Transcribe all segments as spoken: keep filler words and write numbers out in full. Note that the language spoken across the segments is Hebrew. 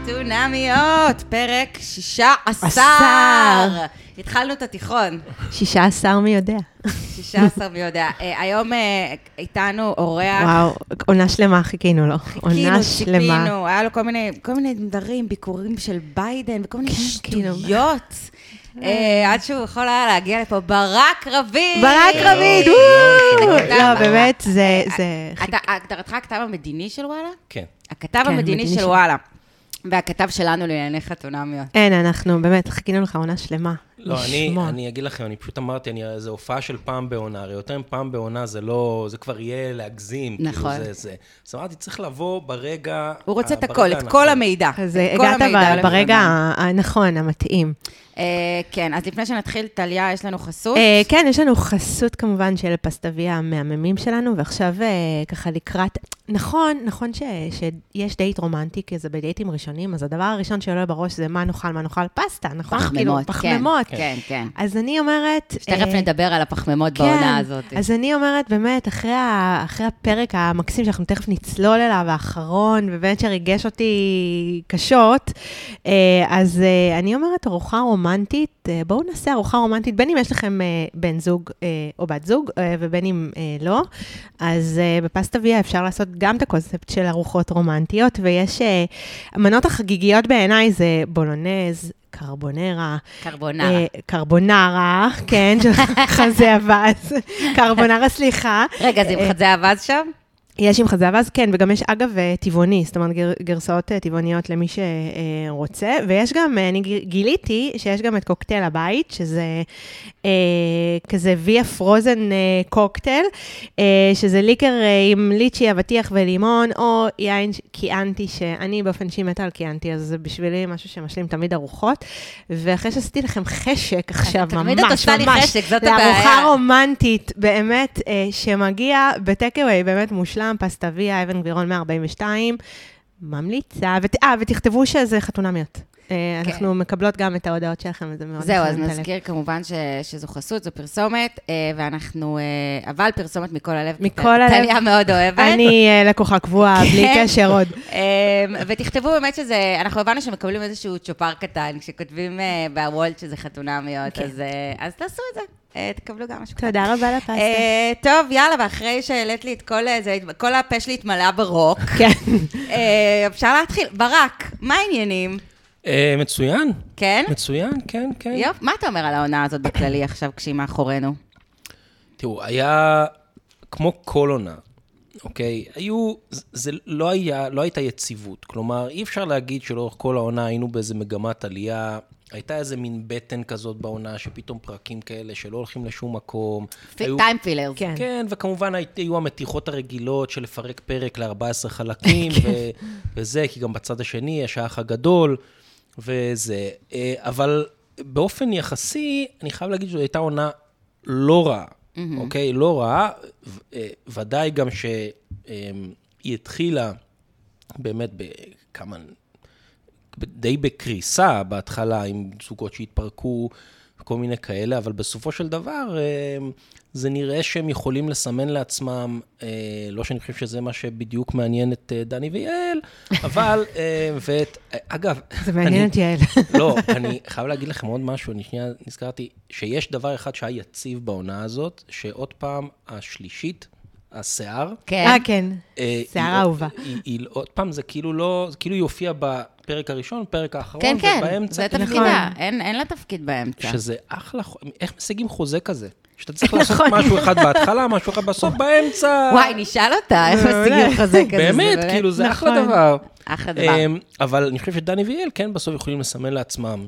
חתונמיות, פרק שישה עשר. התחלנו את התיכון. שישה עשר מי יודע. שישה עשר מי יודע. היום איתנו אורח. וואו, עונה שלמה חיכינו לו. חיכינו, ציפינו, היה לו כל מיני, כל מיני דברים, ביקורים של ביידן, וכל מיני שטויות. עד שהוא יכול היה להגיע לפה, ברק רביד. ברק רביד, לא, באמת, זה... הגדרתך הכתב המדיני של וואלה? כן. הכתב המדיני של וואלה. והכתב שלנו לענייני חתונמיות. אין, אנחנו באמת חיכינו לך עונה שלמה. לא, אני, אני אגיד לכם, אני פשוט אמרתי, אני, זה הופעה של פעם בעונה, הרי יותר מפעם בעונה זה לא, זה כבר יהיה להגזים. נכון. כאילו זה, זה. אז אמרתי, צריך לבוא ברגע... הוא רוצה את הכל, את כל המידע. אז הגעת ברגע הנכון, המתאים. כן, אז לפני שנתחיל, טליה, יש לנו חסות? כן, יש לנו חסות כמובן של פסטביה המהממים שלנו, ועכשיו ככה לקראת, נכון, נכון שיש דייט רומנטי, כי זה בדייטים ראשונים, אז הדבר הראשון שעולה בראש זה מה נאכל, מה נאכל פסטה, נכון? פחמימות, פחמימות. כן, כן. אז אני אומרת... שתכף נדבר על הפחמימות בעונה הזאת. אז אני אומרת, באמת, אחרי הפרק המקסים שאנחנו תכף נצלול אליו, האחרון, ובאמת שריגש אותי קשות, אז אני אומרת, ארוחה רומנטית, בואו נעשה ארוחה רומנטית, בין אם יש לכם בן זוג או בת זוג, ובין אם לא, אז בפסטביה אפשר לעשות גם את הקונספט של ארוחות רומנטיות, ויש, המנות החגיגיות בעיניי זה בולונז, קרבונרה. קרבונרה. קרבונרה, כן, של חזה אבז. קרבונרה, סליחה. רגע, זה עם חזה אבז שם? יש עם חזה אבז, כן, וגם יש אגב טבעוני, זאת אומרת גרסאות טבעוניות למי שרוצה, ויש גם, אני גיליתי שיש גם את קוקטייל הבית, שזה כזה ויה פרוזן קוקטייל, שזה ליקר עם ליצ'י, אבטיח ולימון, או יין קיאנטי, שאני באופן אישי מתה על קיאנטי, אז זה בשבילי משהו שמשלים תמיד ארוחות, ואחרי שעשיתי לכם חשק עכשיו, ממש, ממש, לארוחה רומנטית, באמת, שמגיע בטקאווי, באמת מושלם, פסטביה, אבן גבירון מאה ארבעים ושתיים, ממליצה, אה, ותכתבו שזה חתונמיות. אנחנו מקבלות גם את ההודעות שלכם, וזה מאוד... זהו, אז נזכיר כמובן שזו חסות, זו פרסומת, ואנחנו, אבל פרסומת מכל הלב, מכל הלב. טליה מאוד אוהבת. אני לקוחה קבועה, בלי קשר עוד. ותכתבו באמת שזה, אנחנו הבנו שמקבלים איזשהו צ'ופר קטן, כשכותבים בוולט שזה חתונמיות, אז תעשו את זה. תקבלו גם משהו. תודה רבה לפסטה. טוב, יאללה, ואחרי שהעלית לי את כל זה, כל הפה שלי התמלא ברוק. כן. אפשר להתחיל. ברק, מה העניינים? מצוין. כן? מצוין, כן, כן. יופ, מה אתה אומר על העונה הזאת בכללי עכשיו כשהיא מאחורינו? תראו, היה כמו כל עונה, אוקיי? היו, זה לא היה, לא הייתה יציבות. כלומר, אי אפשר להגיד שלאורך כל העונה היינו באיזה מגמת עלייה, הייתה איזה מין בטן כזאת בעונה, שפתאום פרקים כאלה שלא הולכים לשום מקום. טיים פילר. כן. כן, וכמובן היו המתיחות הרגילות של לפרק פרק ל-ארבעה עשר חלקים, וזה, כי גם בצד השני יש האח הגדול, וזה. אבל באופן יחסי, אני חייב להגיד שזו הייתה עונה לא רעה, אוקיי? לא רעה, ודאי גם שהיא התחילה באמת בכמה... די בקריסה בהתחלה, עם זוגות שהתפרקו, כל מיני כאלה, אבל בסופו של דבר, זה נראה שהם יכולים לסמן לעצמם, לא שאני חושב שזה מה שבדיוק מעניין את דני ויעל, אבל, ואת, אגב... זה מעניין את יעל. לא, אני חייב להגיד לכם עוד משהו, אני שנייה נזכרתי, שיש דבר אחד שהיה יציב בעונה הזאת, שעוד פעם השלישית, השיער. כן. אה, כן. שיער אהובה. עוד פעם, זה כאילו לא, זה כאילו יופיע בפרק הראשון, פרק האחרון, כן, כן, ובאמצע... זה תפקידה, אין לה תפקיד באמצע. שזה אחלה, איך משיגים חוזה כזה? שאתה צריך לעשות משהו אחד בהתחלה, משהו אחד בסוף, באמצע... וואי, נשאל אותה, איך משיגים חוזה כזה? באמת, כאילו, זה אחלה דבר. אחלה דבר. אבל אני חושב שדני ויעל, כן, בסוף יכולים לסמן לעצמם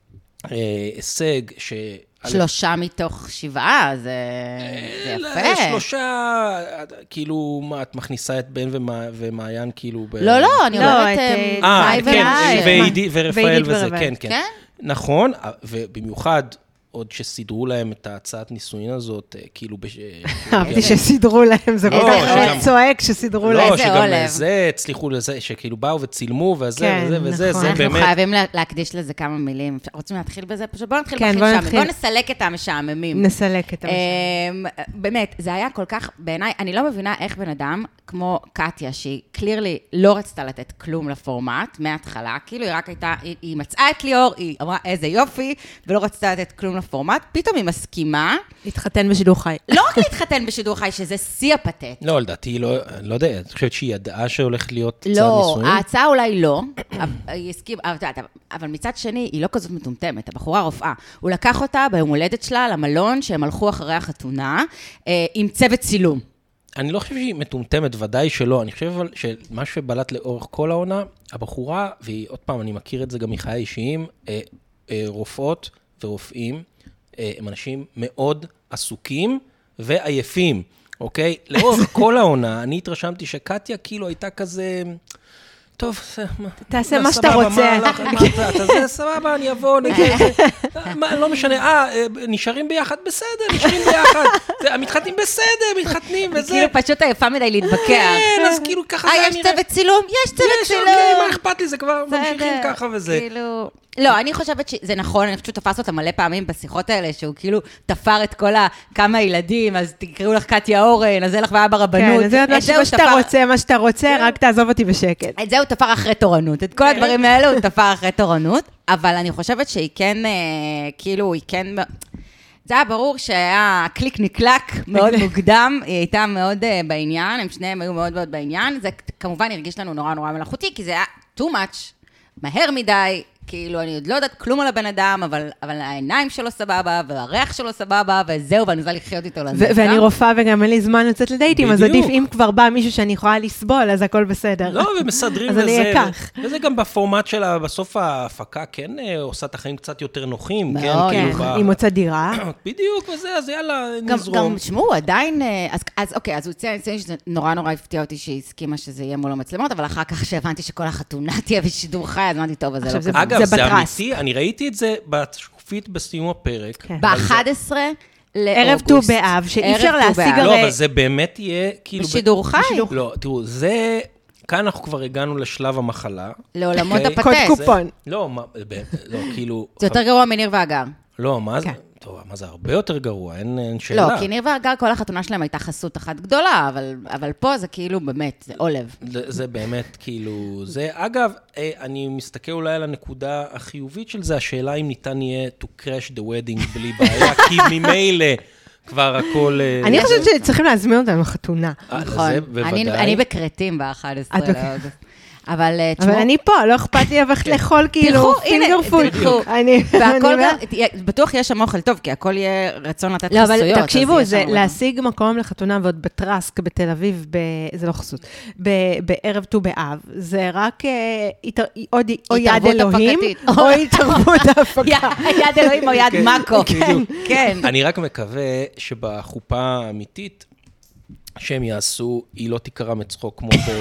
הישג ש... שלושה מתוך שבעה, זה יפה. שלושה, כאילו, מה, את מכניסה את בן ומעיין, כאילו... לא, לא, אני אומרת... אה, כן, ועידית ורפאל וזה, כן, כן. נכון, ובמיוחד, עוד שסידרו להם את ההצעת נישואין הזאת, כאילו... אהבתי שסידרו להם, זה צועק שסידרו להם. לא, שגם זה הצליחו לזה, שכאילו באו וצילמו, וזה וזה וזה, זה באמת... אנחנו חייבים להקדיש לזה כמה מילים. רוצים להתחיל בזה? פשוט בואו נתחיל בכי משעמם. בואו נסלק את המשעממים. נסלק את המשעממים. באמת, זה היה כל כך, בעיניי, אני לא מבינה איך בן אדם, כמו קטיה, שהיא קלירלי לא רצתה לתת כלום לפורמט, מההתחלה, כאילו היא רק הייתה, היא מצאה את ליאור, היא אמרה איזה יופי, ולא רצתה לתת כלום לפורמט, פתאום היא מסכימה. להתחתן בשידור חי. לא רק להתחתן בשידור חי, שזה שיא הפתט. לא, לדעתי, לא, לא יודע, את חושבת שהיא ידעה שהולכת להיות צעד נישואין? לא, ההצעה אולי לא, היא הסכים, אבל מצד שני, היא לא כזאת מטומטמת, הבחורה רופאה. הוא לקח אותה ביום הולדת שלה למלון, שהם הלכו אחרי החתונה, עם צוות צילום. אני לא חושב שהיא מטומטמת, ודאי שלא. אני חושב שמה שבלט לאורך כל העונה, הבחורה, ועוד פעם, אני מכיר את זה גם מחיי אישיים, רופאות ורופאים, הם אנשים מאוד עסוקים ועייפים, אוקיי? לאורך כל העונה, אני התרשמתי שקטיה כאילו הייתה כזה... טוב, תעשה מה שאתה רוצה. זה סבבה, אני אבוא, לא משנה, אה, נשארים ביחד, בסדר, נשארים ביחד, המתחתנים בסדר, מתחתנים וזה. כאילו פשוט עייפה מדי להתבקע. כן, אז כאילו ככה זה אה, יש צוות צילום? יש צוות צילום. מה אכפת לי, זה כבר ממשיכים ככה וזה. לא, אני חושבת שזה נכון, אני פשוט תפס אותה מלא פעמים בשיחות האלה, שהוא כאילו תפר את כל כמה ילדים, אז תקראו לך קטיה אורן, אז זה לך והיה ברבנות. כן, זה מה שאתה רוצה, מה שאתה רוצה, רק תעזוב אותי בשקט. את זה הוא תפר אחרי תורנות, את כל הדברים האלה הוא תפר אחרי תורנות, אבל אני חושבת שהיא כן, כאילו, היא כן... זה היה ברור שהיה קליק נקלק מאוד מוקדם, היא הייתה מאוד בעניין, הם שניהם היו מאוד מאוד בעניין, זה כמובן הרגיש לנו נורא נורא מלאכותי, כי זה היה too much, מהר מדי, כאילו, אני עוד לא יודעת כלום על הבן אדם, אבל, אבל העיניים שלו סבבה, והריח שלו סבבה, וזהו, ואני רוצה לחיות איתו לנצח. ואני רופאה וגם אין לי זמן לצאת לדייטים, אז עדיף אם כבר בא מישהו שאני יכולה לסבול, אז הכל בסדר. לא, ומסדרים לזה. אז אני אקח. וזה גם בפורמט שלה, בסוף ההפקה, כן, עושה את החיים קצת יותר נוחים, כן, כאילו. היא מוצא דירה. בדיוק, וזה, אז יאללה, נזרום. גם, שמו, עדיין, אז אוקיי, אז הוא ציין שזה נורא נורא הפתיע אותי שהיא הסכימה שזה יהיה מול המצלמות, אבל אחר כך שהבנתי שכל החתונה תהיה בשידור חי, אז אמרתי, טוב, אז זה לא אגב, זה אמיתי, אני ראיתי את זה בשקופית בסיום הפרק. ב-אחד עשר לאוגוסט. ערב ט"ו באב, שאי אפשר להשיג הרי... לא, אבל זה באמת יהיה כאילו... בשידור חי. לא, תראו, זה... כאן אנחנו כבר הגענו לשלב המחלה. לעולמות הפטס. קוד קופון. לא, כאילו... זה יותר גרוע מניר ואגר. לא, מה זה? טוב, מה זה הרבה יותר גרוע, אין שאלה. לא, כי ניר ואגר, כל החתונה שלהם הייתה חסות אחת גדולה, אבל, אבל פה זה כאילו באמת, זה עולב. זה באמת כאילו, זה, אגב, אני מסתכל אולי על הנקודה החיובית של זה, השאלה אם ניתן יהיה to crash the wedding בלי בעיה, כי ממילא כבר הכל... אני חושבת שצריכים להזמין אותם לחתונה. נכון, אני בקרטים ב-אחד עשר לאוגוסט. אבל אבל אני פה, לא אכפת לי אבך לאכול כאילו פינגר פול. והכל בטוח יש שם אוכל טוב, כי הכל יהיה רצון לתת חסויות. לא, אבל תקשיבו, זה להשיג מקום לחתונה ועוד בטרסק בתל אביב, זה לא חסות, בערב ט"ו באב, זה רק או יד אלוהים, או התערבות ההפקה. יד אלוהים או יד מקו. כן. אני רק מקווה שבחופה האמיתית, שהם יעשו, היא לא תקרא מצחוק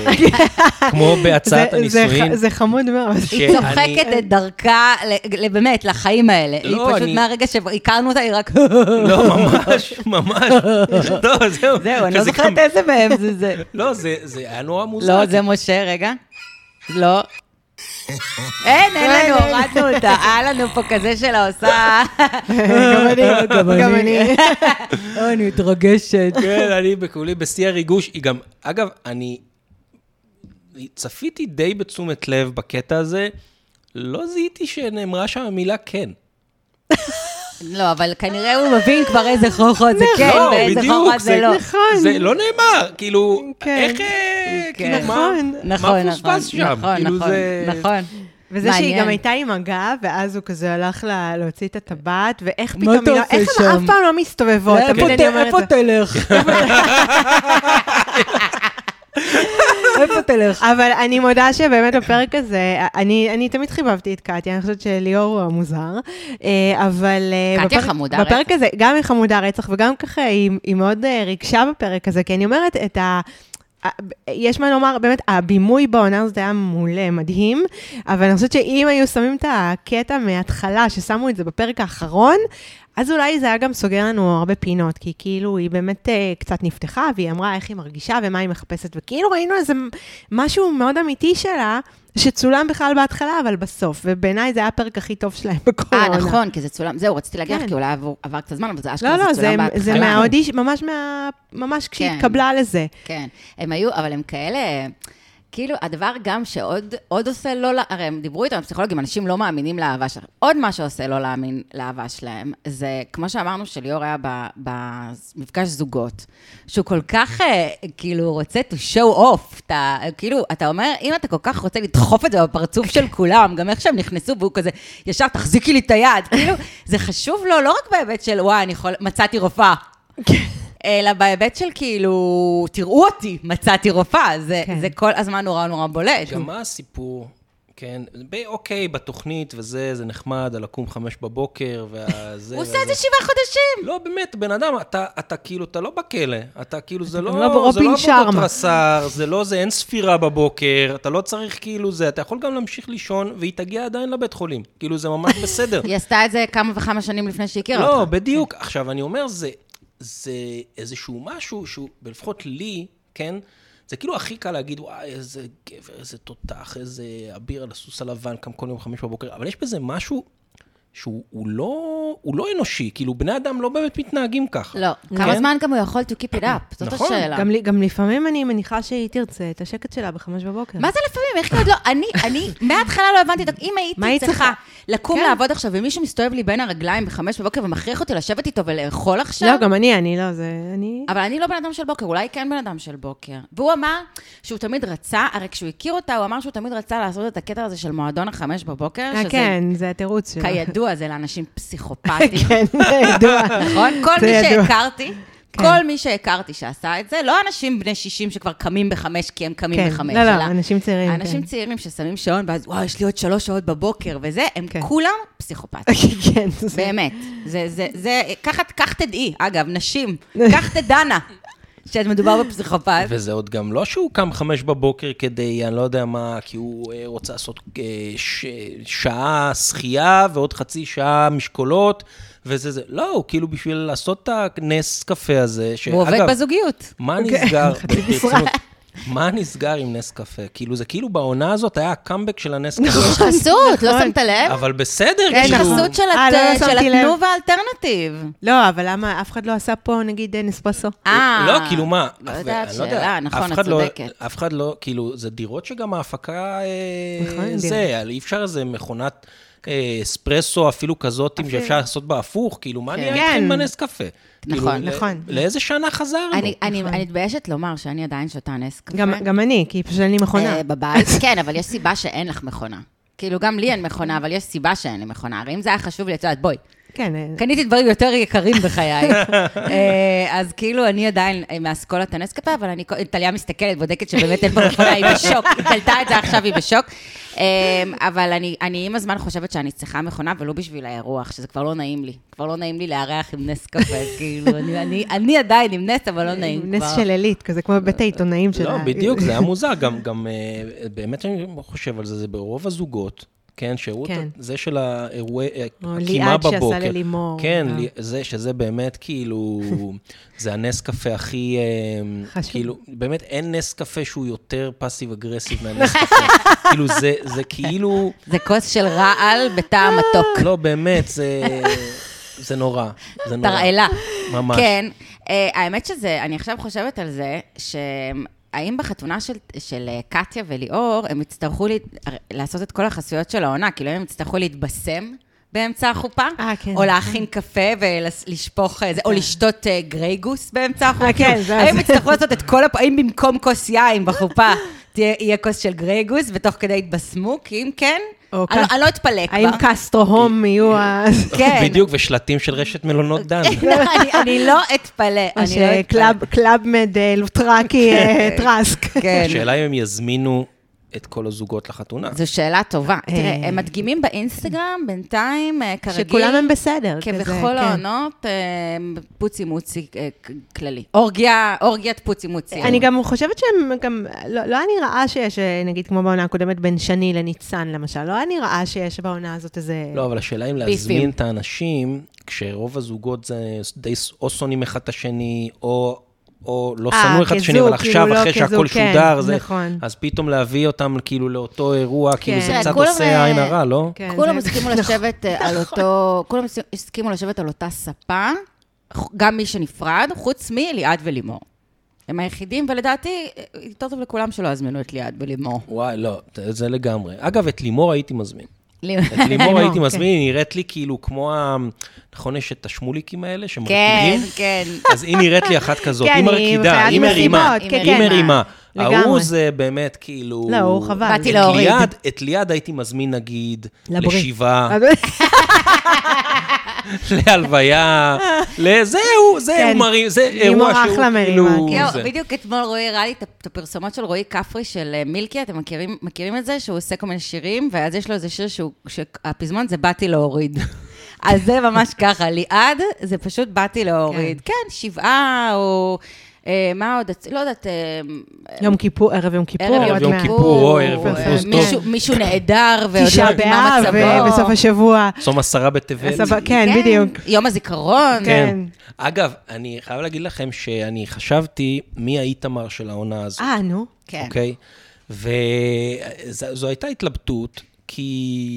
כמו בהצעת הנישואין. זה חמוד מאוד. היא צוחקת את דרכה, באמת, לחיים האלה. היא פשוט מהרגע שהכרנו אותה, היא רק... לא, ממש, ממש. לא, זהו. זהו, אני לא זוכרת איזה מהם זה זה. לא, זה היה נורא מוזר. לא, זה משה, רגע. לא. אין, אין לנו, הורדנו אותה. היה לנו פה כזה שלה עושה... גם אני, גם אני. אני מתרגשת. כן, אני בכולי בשיא הריגוש. היא גם, אגב, אני צפיתי די בתשומת לב בקטע הזה, לא זיהיתי שנאמרה שם המילה כן. לא, אבל כנראה הוא מבין כבר איזה חוכות זה כן, ואיזה חוכות זה לא. נכון. זה לא נאמר, כאילו, איך, כאילו, מה פוספס שם? נכון, נכון. וזה שהיא גם הייתה עם הגב, ואז הוא כזה הלך להוציא את הטבעת, ואיך פתאום, איך הן אף פעם לא מסתובבות? איפה תלך? איפה תלך? אבל אני מודה שבאמת בפרק הזה, אני תמיד חיבבתי את קטיה, אני חושבת שליאור הוא המוזר, אבל... קטיה חמודה רצח. בפרק הזה, גם היא חמודה רצח, וגם ככה היא מאוד רגשה בפרק הזה, כי אני אומרת את ה... יש מה לומר, באמת, הבימוי בעונה הזאת היה מעולה, מדהים, אבל אני חושבת שאם היו שמים את הקטע מההתחלה, ששמו את זה בפרק האחרון, אז אולי זה היה גם סוגר לנו הרבה פינות, כי כאילו היא באמת uh, קצת נפתחה, והיא אמרה איך היא מרגישה ומה היא מחפשת, וכאילו ראינו איזה משהו מאוד אמיתי שלה, שצולם בכלל בהתחלה, אבל בסוף, ובעיניי זה היה הפרק הכי טוב שלהם בכל העונה. אה, נכון, כי זה צולם, זהו, רציתי להגיד לך, כי אולי עבר קצת זמן, אבל זה אשכרה, לא, זה צולם בהתחלה. זה מהאודיש, ממש מה... ממש כשהתקבלה לזה. כן, הם היו, אבל הם כאלה... כאילו, הדבר גם שעוד עוד עושה לא, הרי הם דיברו איתם, הפסיכולוגים, אנשים לא מאמינים לאהבה שלהם. עוד מה שעושה לא להאמין לאהבה שלהם, זה, כמו שאמרנו, שליאור היה במפגש זוגות, שהוא כל כך, כאילו, רוצה to show off, אתה, כאילו, אתה אומר, אם אתה כל כך רוצה לדחוף את זה בפרצוף של כולם, גם איך שהם נכנסו, והוא כזה, ישר תחזיקי לי את היד, כאילו, זה חשוב לו, לא רק בהיבט של, וואי, אני יכול, מצאתי רופאה. אלא בהיבט של כאילו, תראו אותי, מצאתי רופאה, זה, כן. זה כל הזמן נורא נורא בולט. גם מה הסיפור, כן, אוקיי, בתוכנית וזה, זה נחמד, על לקום חמש בבוקר, וזה... הוא עושה את זה שבעה חודשים. לא, באמת, בן אדם, אתה, אתה כאילו, אתה לא בכלא, אתה כאילו, זה לא, לא זה לא עבודות רס"ר, זה לא, זה אין ספירה בבוקר, אתה לא צריך כאילו זה, אתה יכול גם להמשיך לישון, והיא תגיע עדיין לבית חולים, כאילו, זה ממש בסדר. היא עשתה את זה כמה וכמה שנים לפני שהכירה אותך. לא, בדיוק, עכשיו, אני אומר, זה... זה איזשהו משהו שהוא, לפחות לי, כן, זה כאילו הכי קל להגיד, וואי, איזה גבר, איזה תותח, איזה אביר על הסוס הלבן, קם כל יום חמש בבוקר, אבל יש בזה משהו שהוא הוא לא, הוא לא אנושי, כאילו בני אדם לא באמת מתנהגים ככה. לא, כן? כמה זמן גם הוא יכול to keep it up, זאת נכון. השאלה. גם, גם לפעמים אני מניחה שהיא תרצה את השקט שלה בחמש בבוקר. מה זה לפעמים? איך כאילו לא, אני, אני, מההתחלה לא הבנתי, אם הייתי צריכה לקום כן. לעבוד עכשיו, ומישהו מסתובב לי בין הרגליים בחמש בבוקר, ומכריח אותי לשבת איתו ולאכול עכשיו? לא, גם אני, אני לא, זה, אני... אבל אני לא בן אדם של בוקר, אולי כן בן אדם של בוקר. והוא אמר שהוא תמיד רצה, הרי כשהוא הכיר אותה, הוא אמר שהוא תמיד רצה לעשות את הקטע הזה של מועדון החמש בבוקר, שזה... כן, זה התירוץ שלו. כידוע, זה לאנשים פסיכופטיים. כן, ידוע. נכון? כל מי שהכרתי, כל מי שהכרתי שעשה את זה, לא אנשים בני שישים שכבר קמים בחמש, כי הם קמים בחמש. לא, לא, אנשים צעירים. אנשים צעירים ששמים שעון, ואז, וואו, יש לי עוד שלוש שעות בבוקר, וזה, הם כולם פסיכופטיים. כן. באמת. זה, כך תדעי, אגב, נשים, כך תדענה. שאת מדובר בפסיכופת. וזה עוד גם לא שהוא קם חמש בבוקר כדי, אני לא יודע מה, כי הוא רוצה לעשות ש... שעה שחייה ועוד חצי שעה משקולות, וזה זה. לא, הוא כאילו בשביל לעשות את הנס קפה הזה, הוא עובד בזוגיות. מה נסגר? ברצינות. מה נסגר עם נס קפה? כאילו, זה כאילו בעונה הזאת היה הקאמבק של הנס קפה. יש חסות, לא שמת לב? אבל בסדר, כן, חסות של התנוב האלטרנטיב. לא, אבל למה אף אחד לא עשה פה, נגיד, נספרסו? לא, כאילו מה? לא יודעת שאלה, נכון, את צודקת. אף אחד לא, כאילו, זה דירות שגם ההפקה, זה, אי אפשר איזה מכונת אספרסו, אפילו כזאת, שאפשר לעשות בה הפוך, כאילו, מה נהיה איתכם בנס קפה? נכון, נכון. לאיזה שנה חזרנו? אני מתביישת לומר שאני עדיין שותה נס קפה. גם אני, כי פשוט אני מכונה. בבית, כן, אבל יש סיבה שאין לך מכונה. כאילו, גם לי אין מכונה, אבל יש סיבה שאין לי מכונה. הרי אם זה היה חשוב לי, את יודעת, בואי. כן. קניתי דברים יותר יקרים בחיי. אז כאילו, אני עדיין מאסכולת הנס קפה, אבל אני, טליה מסתכלת, בודקת שבאמת אין פה מכונה, היא בשוק. היא קלטה את זה עכשיו, היא בשוק. אבל אני, אני עם הזמן חושבת שאני צריכה מכונה, ולא בשביל האירוח, שזה כבר לא נעים לי. כבר לא נעים לי לארח עם נס קפה, כאילו, אני, אני, אני עדיין עם נס, אבל לא נעים. נס של אלית, כזה כמו בבית העיתונאים שלה. לא, בדיוק, זה היה מוזר, גם, גם, באמת אני חושב על זה, זה ברוב הזוגות, כן, שירות, זה של האירועי, הקימה בבוקר. ליעד שעשה ללימור. כן, זה, שזה באמת כאילו, זה הנס קפה הכי, כאילו, באמת אין נס קפה שהוא יותר פאסיב אגרסיב מהנס קפה. כאילו, זה, זה כאילו... זה כוס של רעל בטעם מתוק. לא, באמת, זה, זה נורא, זה נורא. תרעלה. ממש. כן, האמת שזה, אני עכשיו חושבת על זה, ש... האם בחתונה של, של קטיה וליאור, הם יצטרכו לי, לעשות את כל החסויות של העונה, כאילו הם יצטרכו להתבשם באמצע החופה, 아, כן. או להכין קפה ולשפוך, כן. או לשתות גרייגוס באמצע החופה. 아, כן, זה האם יצטרכו לעשות את כל, האם במקום כוס יין בחופה, תהיה כוס של גרייגוס, ותוך כדי התבשמו, כי אם כן, אני לא אתפלא כבר. האם קסטרו-הום יהיו ה... כן. בדיוק, ושלטים של רשת מלונות דן. אני לא אתפלא. או שקלאב מד לוטרקי טרסק. השאלה אם הם יזמינו את כל הזוגות לחתונה. זו שאלה טובה. תראה, הם מדגימים באינסטגרם, בינתיים, כרגיל. שכולם הם בסדר. כבכל העונות, פוצי מוצי כללי. אורגיית פוצי מוצי. אני גם חושבת שהם גם, לא היה נראה שיש, נגיד כמו בעונה הקודמת, בין שני לניצן למשל, לא היה נראה שיש בעונה הזאת איזה... לא, אבל השאלה אם להזמין את האנשים, כשרוב הזוגות זה די או שונאים אחד את השני, או... או לא שנאו אחד השני, אבל עכשיו, אחרי שהכל שודר, אז פתאום להביא אותם כאילו לאותו אירוע, כאילו זה קצת עושה עין הרע, לא? כולם הסכימו לשבת על אותו, כולם הסכימו לשבת על אותה ספה, גם מי שנפרד, חוץ מליעד ולימור. הם היחידים, ולדעתי, יותר טוב לכולם שלא הזמינו את ליעד ולימור. וואי, לא, זה לגמרי. אגב, את לימור הייתי מזמין. את לימור הייתי מזמין, היא נראית לי כאילו כמו, נכון, יש את השמוליקים האלה שמרקידים? כן, כן. אז היא נראית לי אחת כזאת, היא מרקידה, היא מרימה, היא מרימה. ההוא זה באמת כאילו... לא, הוא חבל. באתי להוריד. את ליעד הייתי מזמין, נגיד, לשבעה, להלוויה, לזהו, זהו, זה אירוע שהוא כאילו... בדיוק אתמול רואי הראה לי את הפרסומות של רואי כפרי של מילקי, אתם מכירים את זה? שהוא עושה כל מיני שירים, ואז יש לו איזה שיר שהפזמון זה באתי להוריד. אז זה ממש ככה, ליעד זה פשוט באתי להוריד. כן, שבעה או... מה עוד? לא יודעת... יום כיפור, ערב יום כיפור. ערב יום כיפור, או ערב יום כיפור. מישהו נהדר, תשעה באב, ובסוף השבוע. צום עשרה בטבת. כן, בדיוק. יום הזיכרון. כן. אגב, אני חייב להגיד לכם שאני חשבתי מי האיתמר של העונה הזו. אה, נו. כן. אוקיי? וזו הייתה התלבטות, כי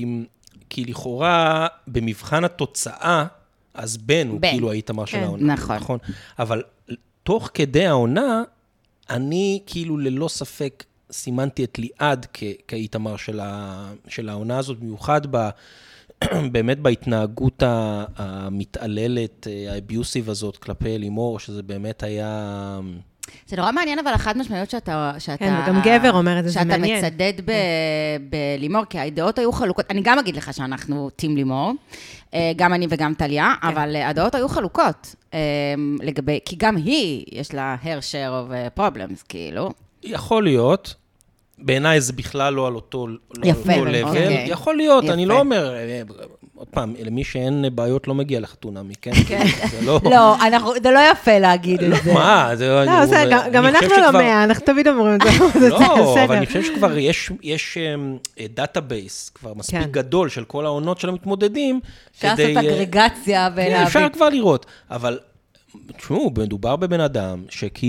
לכאורה, במבחן התוצאה, אז בן הוא כאילו האיתמר של העונה. נכון. אבל... תוך כדי העונה, אני כאילו ללא ספק סימנתי את ליעד כאיתמר של העונה הזאת, במיוחד באמת בהתנהגות המתעללת, האביוסיב הזאת כלפי לימור, שזה באמת היה... זה נורא מעניין, אבל אחת משמעיות שאתה... כן, וגם גבר אומר את זה, זה מעניין. שאתה מצדד בלימור, כי הדעות היו חלוקות. אני גם אגיד לך שאנחנו טים לימור, גם אני וגם טליה, אבל הדעות היו חלוקות לגבי... כי גם היא, יש לה hair share of problems, כאילו. יכול להיות. בעיניי זה בכלל לא על אותו level. אוקיי. יכול להיות, אני לא אומר... עוד פעם, למי שאין בעיות לא מגיע לחתונה מכן. לא, זה לא יפה להגיד את זה. מה? לא, גם אנחנו לא מאה, אנחנו תמיד אומרים את זה. לא, אבל אני חושב שכבר יש דאטאבייס כבר מספיק גדול של כל העונות של המתמודדים. שעשת אגרגציה. כן, אפשר כבר לראות. אבל, תשמעו, מדובר בבן אדם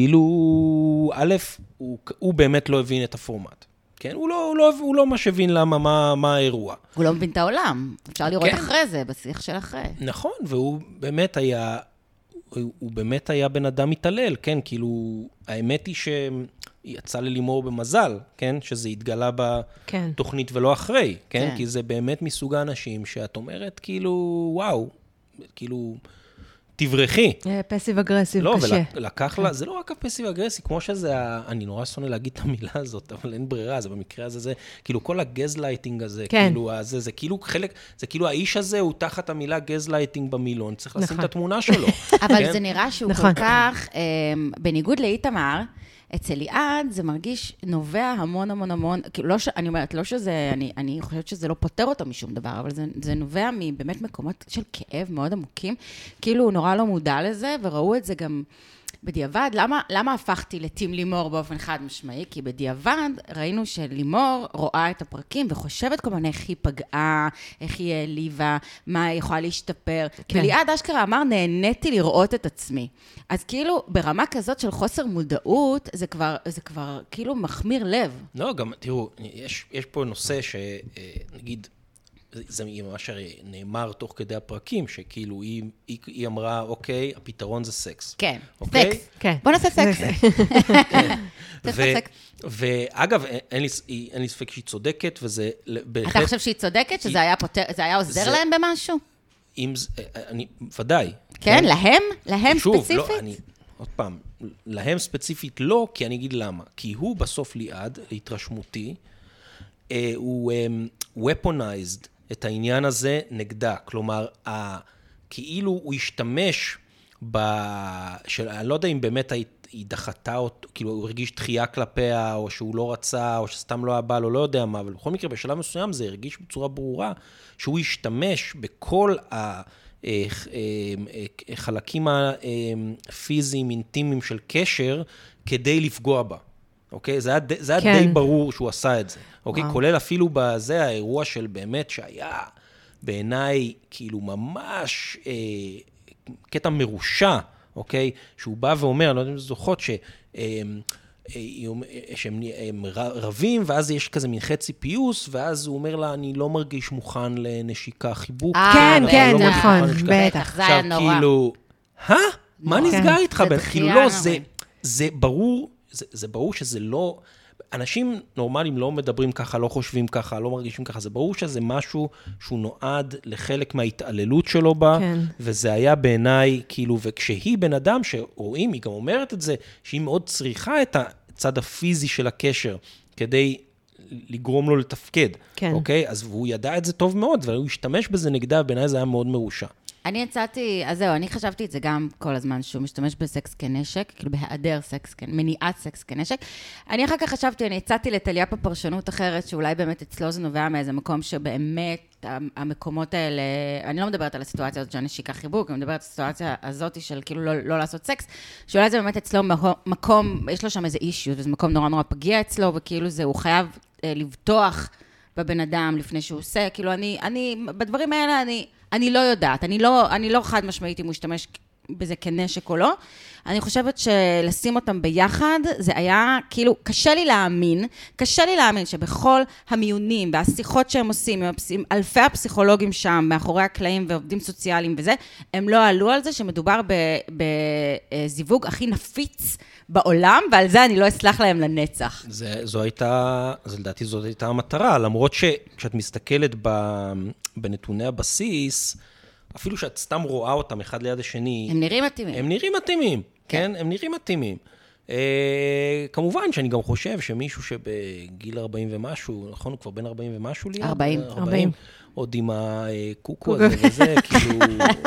שכאילו, א', הוא באמת לא הבין את הפורמט. כן, הוא לא, הוא לא, הוא לא מה שבין למה, מה, מה האירוע. הוא לא מבין את העולם. אפשר לראות כן. אחרי זה, בשיח של אחרי. נכון, והוא באמת היה, הוא, הוא באמת היה בן אדם מתעלל, כן, כאילו, האמת היא שיצא ללימור במזל, כן, שזה התגלה בתוכנית כן. ולא אחרי, כן? כן, כי זה באמת מסוג האנשים שאת אומרת, כאילו, וואו, כאילו... תברכי. פסיב אגרסיב לא, קשה. לא, ולקח לה, זה לא רק הפסיב אגרסיב, כמו שזה, אני נורא שונא להגיד את המילה הזאת, אבל אין ברירה, זה במקרה הזה, זה, כאילו כל הגזלייטינג הזה, כן. כאילו, זה, זה כאילו חלק, זה כאילו האיש הזה הוא תחת המילה גזלייטינג במילון, צריך לשים נכון. את התמונה שלו. אבל כן? זה נראה שהוא נכון. כל כך, בניגוד לאיתמר, אצל ליעד זה מרגיש נובע המון המון המון, כאילו לא ש... אני אומרת, לא שזה, אני, אני חושבת שזה לא פותר אותו משום דבר, אבל זה, זה נובע מבאמת מקומות של כאב מאוד עמוקים, כאילו הוא נורא לא מודע לזה, וראו את זה גם בדיעבד. למה, למה הפכתי לטים לימור באופן חד משמעי? כי בדיעבד ראינו שלימור רואה את הפרקים וחושבת כל מיני איך היא פגעה, איך היא העליבה, מה היא יכולה להשתפר. כן. וליעד אשכרה אמר, נהניתי לראות את עצמי. אז כאילו, ברמה כזאת של חוסר מודעות, זה כבר, זה כבר כאילו מחמיר לב. לא, גם, תראו, יש, יש פה נושא שנגיד, זה מה שנאמר תוך כדי הפרקים, שכאילו היא, היא, היא אמרה, אוקיי, הפתרון זה סקס. כן, אוקיי? סקס. כן. בוא נעשה סקס. ואגב, אין לי, אין לי ספק שהיא צודקת, וזה בהחלט... אתה חושב שהיא צודקת? שזה היה פותר, זה היה עוזר להם במשהו? אם זה, אני, ודאי. כן, להם? להם שוב, ספציפית? לא, אני, עוד פעם, להם ספציפית לא, כי אני אגיד למה. כי הוא בסוף ליעד, להתרשמותי, הוא weaponized את העניין הזה נגדה. כלומר, כאילו הוא השתמש ב... של, אני לא יודע אם באמת היא דחתה אותו, כאילו הוא הרגיש דחייה כלפיה, או שהוא לא רצה, או שסתם לא הבא, או לא יודע מה, אבל בכל מקרה, בשלב מסוים זה הרגיש בצורה ברורה, שהוא השתמש בכל החלקים הפיזיים, אינטימיים של קשר, כדי לפגוע בה. אוקיי? זה היה, זה היה כן. די ברור שהוא עשה את זה. אוקיי? וואו. כולל אפילו בזה, האירוע של באמת שהיה בעיניי, כאילו ממש אה, קטע מרושע, אוקיי? שהוא בא ואומר, אני לא יודע אם זה זוכות, ש... אה, שהם רבים, ואז יש כזה מין חצי פיוס, ואז הוא אומר לה, אני לא מרגיש מוכן לנשיקה, חיבוק. כן, כן, נכון, בטח. זה היה נורא. עכשיו, כאילו, אה? מה נסגר איתך? כאילו, לא, זה ברור, זה ברור שזה לא... אנשים נורמליים לא מדברים ככה, לא חושבים ככה, לא מרגישים ככה, זה ברור שזה משהו שהוא נועד לחלק מההתעללות שלו בה, כן. וזה היה בעיניי, כאילו, וכשהיא בן אדם שרואים, היא גם אומרת את זה, שהיא מאוד צריכה את הצד הפיזי של הקשר, כדי לגרום לו לתפקד, כן. אוקיי? אז הוא ידע את זה טוב מאוד, והוא השתמש בזה נגדה, בעיניי זה היה מאוד מרושע. אני יצאתי, אז זהו, אני חשבתי את זה גם כל הזמן, שהוא משתמש בסקס כנשק, כאילו בהיעדר סקס, מניעת סקס כנשק. אני אחר כך חשבתי, אני יצאתי לטליה פה פרשנות אחרת, שאולי באמת אצלו זה נובע מאיזה מקום שבאמת המקומות האלה, אני לא מדברת על הסיטואציה הזאת שהנשיקה חיבוק, אני מדברת על הסיטואציה הזאת של כאילו לא, לא לעשות סקס, שאולי זה באמת אצלו מקום, יש לו שם איזה אישיות, וזה מקום נורא נורא פגיע אצלו, וכאילו זה, הוא חייב אה, לבטוח בבן אדם לפני שהוא עושה, כאילו אני, אני, בדברים האלה אני, אני לא יודעת, אני לא, אני לא חד משמעית אם הוא ישתמש בזה כנשק או לא. אני חושבת שלשים אותם ביחד, זה היה, כאילו, קשה לי להאמין, קשה לי להאמין שבכל המיונים והשיחות שהם עושים, עם אלפי הפסיכולוגים שם, מאחורי הקלעים ועובדים סוציאליים וזה, הם לא עלו על זה שמדובר בזיווג הכי נפיץ בעולם, ועל זה אני לא אסלח להם לנצח. זה, זו הייתה, אז לדעתי זאת הייתה המטרה, למרות שכשאת מסתכלת בנתוני הבסיס, אפילו שאת סתם רואה אותם אחד ליד השני. הם נראים מתאימים. הם נראים מתאימים, כן? הם נראים מתאימים. כמובן שאני גם חושב שמישהו שבגיל ארבעים ומשהו, נכון, הוא כבר בין ארבעים ומשהו ליד? ארבעים. ארבעים. עוד עם הקוקו הזה וזה, כאילו,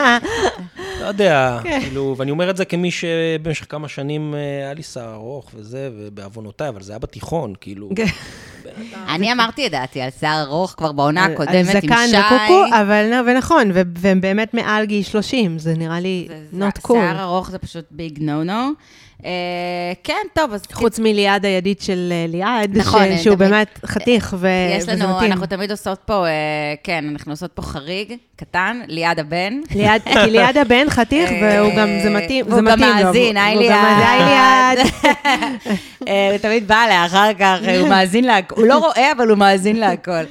לא יודע, כאילו, ואני אומר את זה כמי שבמשך כמה שנים היה לי שיער ארוך וזה, ובעוונותיי, אבל זה היה בתיכון, כאילו. אני אמרתי את דעתי על שיער ארוך כבר בעונה הקודמת עם שי. על זקן וקוקו, אבל ונכון, והם באמת מעל גיל שלושים, זה נראה לי not cool. שיער ארוך זה פשוט ביג נו-נו. כן, טוב, אז... חוץ מליעד הידית של ליעד, שהוא באמת חתיך וזה מתאים. יש לנו, אנחנו תמיד עושות פה, כן, אנחנו עושות פה חריג קטן, ליעד הבן. כי ליעד הבן חתיך, והוא גם, זה מתאים לו. והוא גם מאזין, היי ליעד. הוא תמיד בא לה, אחר כך, הוא מאזין להכל. הוא לא רואה, אבל הוא מאזין להכל.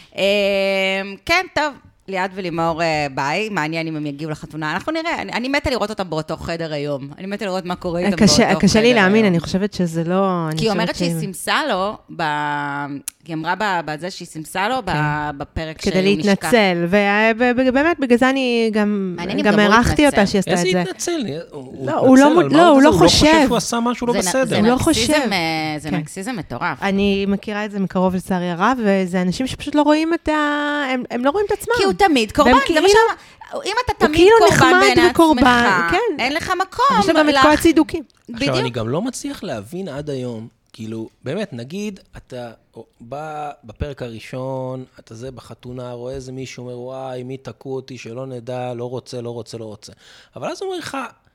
כן, טוב. ליעד ולימור ביי, מעניין אם הם יגיעו לחתונה, אנחנו נראה, אני, אני מתה לראות אותם באותו חדר היום, אני מתה לראות מה קורה איתם באותו חדר. קשה לי להאמין, אני חושבת שזה לא... כי היא אומרת שהיא סימסה לו, ב... היא אמרה בזה שהיא סימסה לו בפרק שהוא נשכח. כדי להתנצל, ובאמת בגלל זה אני גם הערכתי אותה שהיא עשתה את זה. איזה התנצל? הוא לא חושב. הוא לא חושב שהוא עשה משהו לא בסדר. הוא לא חושב. זה נרקסיזם מטורף. אני מכירה את זה מקרוב לצערי הרב, וזה אנשים שפשוט לא רואים את ה... הם לא רואים את עצמם. כי הוא תמיד קורבן, זה מה שאמר. אם אתה תמיד קורבן בין עצמך, אין לך מקום. יש לו גם את כל הצידוקים. עכשיו, אני גם לא מצליח להבין עד היום, כאילו, באמת, נגיד, אתה בא בפרק הראשון, אתה זה בחתונה, רואה איזה מישהו אומר, וואי, מי תקעו אותי, שלא נדע, לא רוצה, לא רוצה, לא רוצה. אבל אז הוא אומר לך,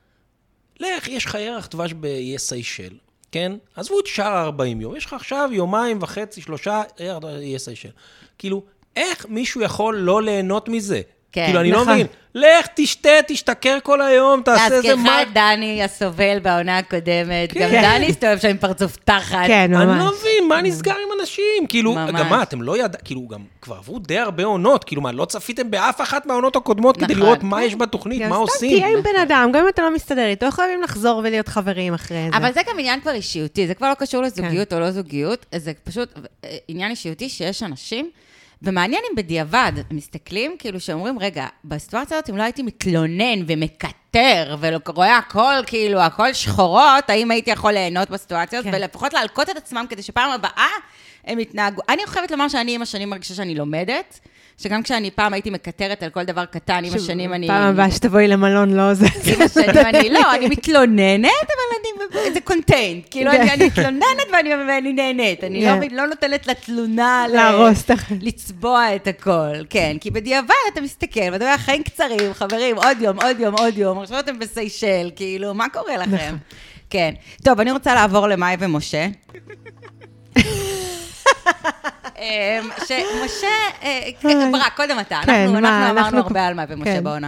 לך, יש לך ירח דבש באיי סיישל, כן? עזבו את שאר ארבעים יום, יש לך עכשיו יומיים וחצי, שלושה, ירח דבש באיי סיישל. כאילו, איך מישהו יכול לא ליהנות מזה? כן, כאילו, אני לא מבין. לך, תשתה, תשתכר כל היום, תעשה איזה... להזכירך את דני הסובל בעונה הקודמת. גם דני הסתובב שם עם פרצוף תחת. כן, ממש. אני לא מבין, מה נסגר עם אנשים? כאילו, גם מה, אתם לא ידע... כאילו, גם כבר עברו די הרבה עונות. כאילו, מה, לא צפיתם באף אחת מהעונות הקודמות כדי לראות מה יש בתוכנית, מה עושים? תהיה עם בן אדם, גם אם אתה לא מסתדר איתו, חייבים לחזור ולהיות חברים אחרי זה. אבל זה גם עניין כבר אישיותי. זה כבר לא קשור לזוגיות או לא זוגיות. זה פשוט עניין אישיותי שיש אנשים ומעניין אם בדיעבד מסתכלים, כאילו שאומרים, רגע, בסיטואציה הזאת, אם לא הייתי מתלונן ומקטר, ורואה הכל, כאילו, הכל שחורות, האם הייתי יכול ליהנות בסיטואציה הזאת, ולפחות להלקות את עצמם, כדי שפעם הבאה הם יתנהגו. אני חייבת לומר שאני עם השנים מרגישה שאני לומדת, שגם כשאני פעם הייתי מקטרת על כל דבר קטן, עם השנים אני... פעם הבאה שתבואי למלון, לא זה. עם השנים אני לא, אני מתלוננת, אבל אני, זה קונטיינט, כאילו אני מתלוננת ואני נהנית, אני לא נותנת לתלונה, להרוס, לצבוע את הכל, כן, כי בדיעבד אתה מסתכל, ואתה אומר, חיים קצרים, חברים, עוד יום, עוד יום, עוד יום, עכשיו אתם בסיישל, כאילו, מה קורה לכם? כן. טוב, אני רוצה לעבור למאי ומשה. שמשה, ברק, קודם אתה, אנחנו אמרנו הרבה על מה ומשה בעונה.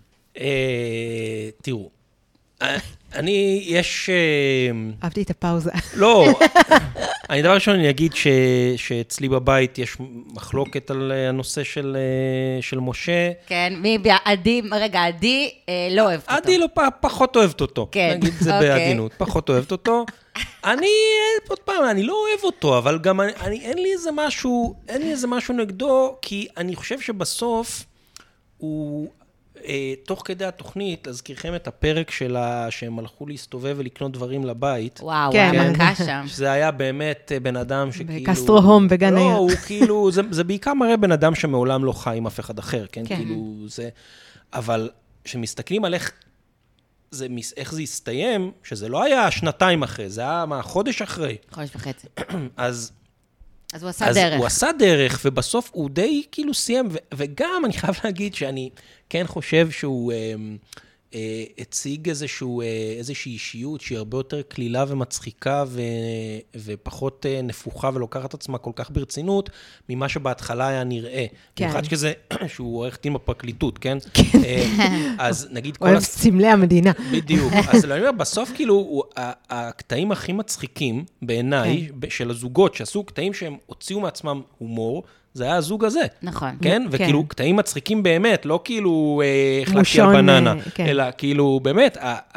תראו, אני, יש... אהבתי את הפאוזה. לא, אני דבר ראשון, אני אגיד שאצלי בבית יש מחלוקת על הנושא של משה. כן, מי, עדי, רגע, עדי לא אוהבת אותו. עדי לא, פחות אוהבת אותו. כן, נגיד זה בעדינות, פחות אוהבת אותו. אני, עוד פעם, אני לא אוהב אותו, אבל גם אני, אין לי איזה משהו, אין לי איזה משהו נגדו, כי אני חושב שבסוף הוא... תוך כדי התוכנית, להזכירכם את הפרק שלה, שהם הלכו להסתובב ולקנות דברים לבית. וואו, הוא היה מכה שם. שזה היה באמת בן אדם שכאילו... בקסטרו הום בגן העיר. לא, הוא כאילו, זה בעיקר מראה בן אדם שמעולם לא חי עם אף אחד אחר, כן? כאילו, זה... אבל כשמסתכלים על איך זה, איך זה הסתיים, שזה לא היה שנתיים אחרי, זה היה מה, חודש אחרי. חודש וחצי. אז... אז הוא עשה דרך. אז הוא עשה דרך, ובסוף הוא די כאילו סיים, וגם אני חייב להגיד שאני כן חושב שהוא הציג איזושהי אישיות שהיא הרבה יותר כלילה ומצחיקה ופחות נפוחה ולוקחת עצמה כל כך ברצינות, ממה שבהתחלה היה נראה. במיוחד כזה שהוא עורך דין בפרקליטות, כן? אז נגיד... הוא אוהב סמלי המדינה. בדיוק. אז אני אומר, בסוף כאילו, הקטעים הכי מצחיקים בעיניי, של הזוגות שעשו קטעים שהם הוציאו מעצמם הומור, זה היה הזוג הזה. נכון. כן? וכאילו, קטעים מצחיקים באמת, לא כאילו החלקתי על בננה, אלא כאילו, באמת,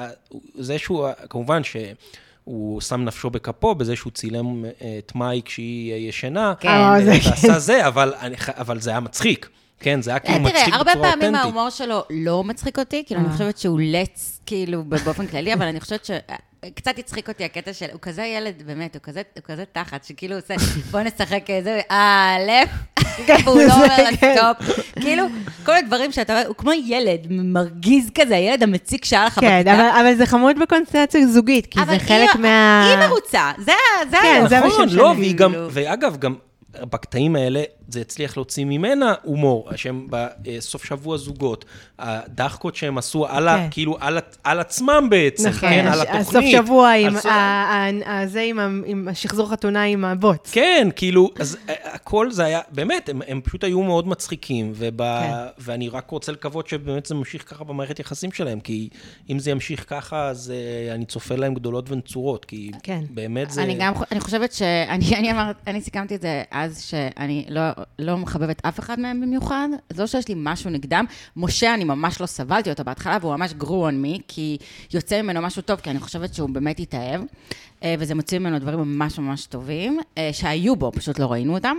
זה שהוא, כמובן שהוא שם נפשו בכפו, בזה שהוא צילם את מאי כשהיא ישנה, ועשה זה, אבל זה היה מצחיק. כן, זה היה כאילו מצחיק בצורה אותנטית. תראה, הרבה פעמים ההומור שלו לא מצחיק אותי, כאילו, אני חושבת שהוא לץ, כאילו, באופן כללי, אבל אני חושבת ש... קצת הצחיק אותי הקטע של, הוא כזה ילד, באמת, הוא כזה, הוא כזה תחת, שכאילו עושה, בוא נשחק איזה, אה, לב, והוא לא אומר לסטופ. כאילו, כל הדברים שאתה רואה, הוא כמו ילד, מרגיז כזה, הילד המציק שהיה לך בכיתה. כן, אבל זה חמוד בקונסטנציה זוגית, כי זה חלק מה... היא מרוצה, זה היה. כן, נכון, לא, והיא גם, ואגב, גם... בקטעים האלה, זה הצליח להוציא ממנה הומור, שהם בסוף שבוע זוגות, הדחקות שהם עשו על, okay. כאילו, על, על עצמם בעצם, נכון, כן, על התוכנית. הסוף שבוע עם, סוף... זה עם, עם השחזור חתונה עם הבוץ. כן, כאילו, אז הכל זה היה, באמת, הם, הם פשוט היו מאוד מצחיקים, ובא, כן. ואני רק רוצה לקוות שבאמת זה ממשיך ככה במערכת יחסים שלהם, כי אם זה ימשיך ככה, אז אני צופה להם גדולות ונצורות, כי כן. באמת זה... אני גם, אני חושבת שאני, אני אמרת, אני סיכמתי את זה אז שאני לא, לא מחבבת אף אחד מהם במיוחד, אז לא שיש לי משהו נגדם. משה, אני ממש לא סבלתי אותו בהתחלה, והוא ממש גרו on me, כי יוצא ממנו משהו טוב, כי אני חושבת שהוא באמת התאהב, וזה מוציא ממנו דברים ממש ממש טובים, שהיו בו, פשוט לא ראינו אותם.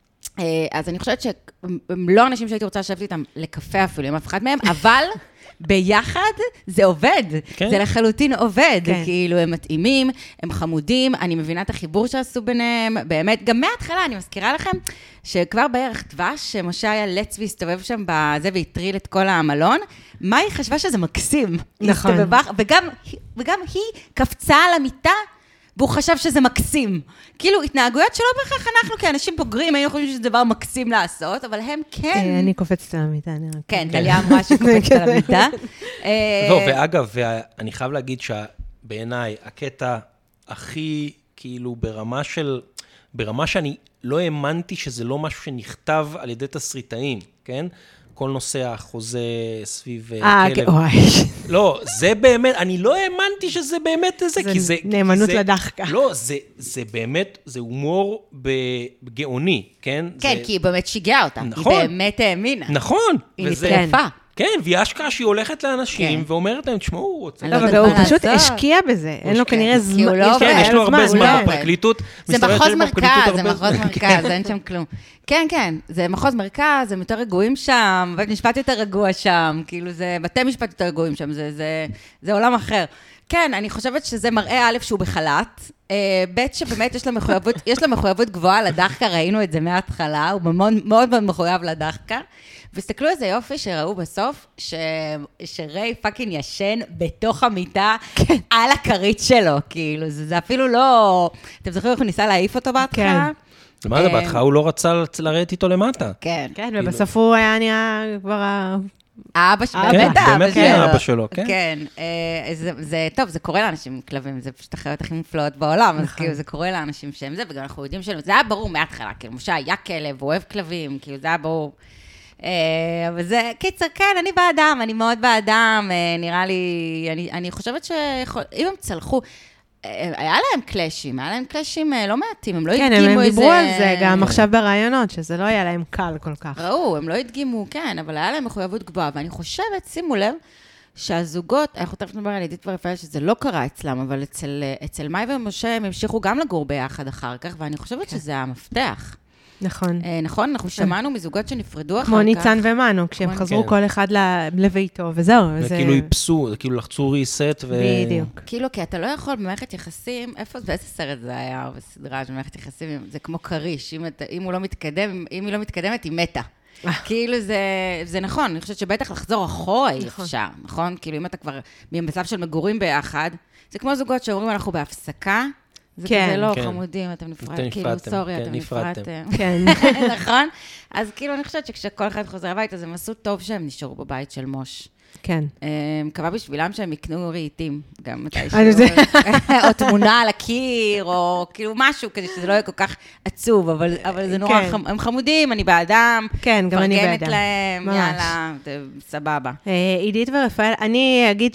אז אני חושבת שהם לא אנשים שהייתי רוצה לשבת איתם לקפה אפילו, עם אף אחד מהם, אבל... ביחד זה עובד, כן. זה לחלוטין עובד, כן. כאילו הם מתאימים, הם חמודים, אני מבינה את החיבור שעשו ביניהם, באמת, גם מההתחלה אני מזכירה לכם, שכבר בערך דבש, שמשה היה לץ והסתובב שם בזה והטריל את כל המלון, מה היא חשבה שזה מקסים? נכון. וגם, וגם היא קפצה על המיטה, והוא חשב שזה מקסים. כאילו, התנהגויות שלא בהכרח אנחנו כאנשים בוגרים, היינו חושבים שזה דבר מקסים לעשות, אבל הם כן... אני קופצת על המיטה, אני רק... כן, דליה אמרה שהיא קופצת על המיטה. לא, ואגב, אני חייב להגיד שבעיניי, הקטע הכי, כאילו, ברמה של... ברמה שאני לא האמנתי שזה לא משהו שנכתב על ידי תסריטאים, כן? כל נושא החוזה סביב כלב. לא, זה באמת, אני לא האמנתי שזה באמת זה, כי זה... נאמנות לדחקה. לא, זה באמת, זה הומור בגאוני, כן? כן, כי היא באמת שיגעה אותה. היא באמת האמינה. נכון. היא נטרפה. כן, והיא אשכרה שהיא הולכת לאנשים ואומרת להם, תשמעו, הוא רוצה... והוא פשוט השקיע בזה, אין לו כנראה זמן. כן, יש לו הרבה זמן בפרקליטות. זה מחוז מרכז, זה מחוז מרכז, אין שם כלום. כן, כן, זה מחוז מרכז, הם יותר רגועים שם, בית משפט יותר רגוע שם, כאילו זה, בתי משפט יותר רגועים שם, זה עולם אחר. כן, אני חושבת שזה מראה א' שהוא בחלט, ב' שבאמת יש לו מחויבות, יש לו מחויבות גבוהה לדחקה, ראינו את זה מההתחלה, הוא מאוד מאוד מחויב לדחקה, וסתכלו איזה יופי שראו בסוף, ש... שריי פאקינג ישן בתוך המיטה על הכרית שלו, כאילו, זה, זה אפילו לא... אתם זוכרים איך הוא ניסה להעיף אותו בהתחלה? כן. מה זה, בהתחלה הוא לא רצה לרדת איתו למטה. כן. כן, ובסוף הוא היה נהיה כבר האבא שלו, כן, באמת האבא באמת שלו. האבא שלו, כן. כן, אה, זה, זה, טוב, זה קורה לאנשים עם כלבים, זה פשוט החיות הכי מופלאות בעולם, אז כאילו זה קורה לאנשים שהם זה, וגם אנחנו יודעים שלנו, זה היה ברור מההתחלה, כאילו, משה היה כלב, הוא אוהב כלבים, כאילו, זה היה ברור. אבל זה, קיצר, כן, אני באדם, אני מאוד באדם, נראה לי, אני, אני חושבת שאם הם צלחו, היה להם קלאשים, היה להם קלאשים לא מעטים, הם לא הדגימו איזה... כן, הם דיברו על זה גם עכשיו ברעיונות, שזה לא היה להם קל כל כך. ראו, הם לא הדגימו, כן, אבל היה להם מחויבות גבוהה, ואני חושבת, שימו לב, שהזוגות, אנחנו תכף נדבר על עידית ורפאל, שזה לא קרה אצלם, אבל אצל, אצל מאי ומשה הם המשיכו גם לגור ביחד אחר כך, ואני חושבת כן. שזה המפתח. נכון. אה, נכון, אנחנו שמענו מזוגות שנפרדו אחר כך. כמו ניצן ומנו, כשהם חזרו כל אחד לביתו, וזהו. זה כאילו איפסו, זה כאילו לחצו ריסט ו... בדיוק. כאילו, כי אתה לא יכול במערכת יחסים, איפה, באיזה סרט זה היה, בסדרה של מערכת יחסים, זה כמו קריש, אם הוא לא מתקדם, אם היא לא מתקדמת, היא מתה. כאילו זה נכון, אני חושבת שבטח לחזור אחורה אי אפשר, נכון? כאילו, אם אתה כבר במצב של מגורים ביחד, זה כמו זוגות שאומרים, אנחנו בהפסקה, זה כזה לא, חמודים, אתם נפרדתם, כאילו, סורי, אתם נפרדתם. כן. נכון? אז כאילו, אני חושבת שכשכל אחד חוזר הביתה, אז הם עשו טוב שהם נשארו בבית של מוש. כן. מקווה בשבילם שהם יקנו רהיטים, גם מתישהו, או תמונה על הקיר, או כאילו משהו, כדי שזה לא יהיה כל כך עצוב, אבל זה נורא, הם חמודים, אני באדם, כן, גם אני באדם. פרגנת להם, יאללה, סבבה. עידית ורפאל, אני אגיד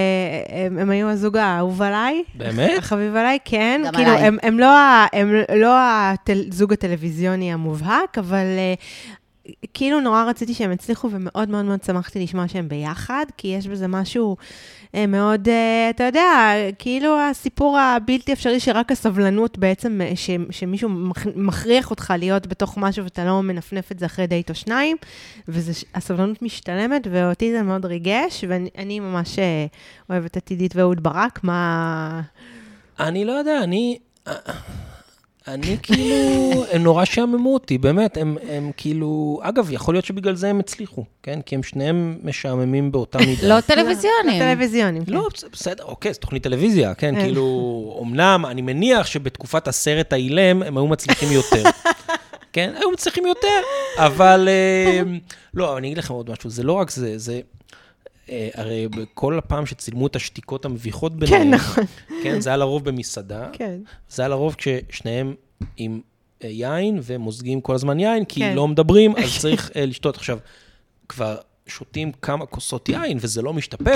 שהם היו הזוג האהוב עליי. באמת? החביב עליי, כן. כאילו, הם לא הזוג הטלוויזיוני המובהק, אבל... כאילו נורא רציתי שהם הצליחו, ומאוד מאוד מאוד שמחתי לשמוע שהם ביחד, כי יש בזה משהו מאוד, אתה יודע, כאילו הסיפור הבלתי אפשרי שרק הסבלנות בעצם, ש, שמישהו מכריח אותך להיות בתוך משהו, ואתה לא מנפנף את זה אחרי דייט או שניים, והסבלנות משתלמת, ואותי זה מאוד ריגש, ואני ממש אוהבת את עידית ואהוד ברק, מה... אני לא יודע, אני... אני כאילו, הם נורא שעממו אותי, באמת, הם, הם כאילו, אגב, יכול להיות שבגלל זה הם הצליחו, כן? כי הם שניהם משעממים באותה מידה. לא טלוויזיונים. לא טלוויזיונים. לא, בסדר, אוקיי, זו תוכנית טלוויזיה, כן? כאילו, אמנם, אני מניח שבתקופת הסרט האילם, הם היו מצליחים יותר. כן? היו מצליחים יותר, אבל, לא, אני אגיד לכם עוד משהו, זה לא רק זה, זה... הרי בכל הפעם שצילמו את השתיקות המביכות ביניהם, כן, נכון. כן, זה היה לרוב במסעדה, כן. זה היה לרוב כששניהם עם יין ומוזגים כל הזמן יין, כי כן. לא מדברים, אז צריך לשתות. עכשיו, כבר שותים כמה כוסות יין, וזה לא משתפר.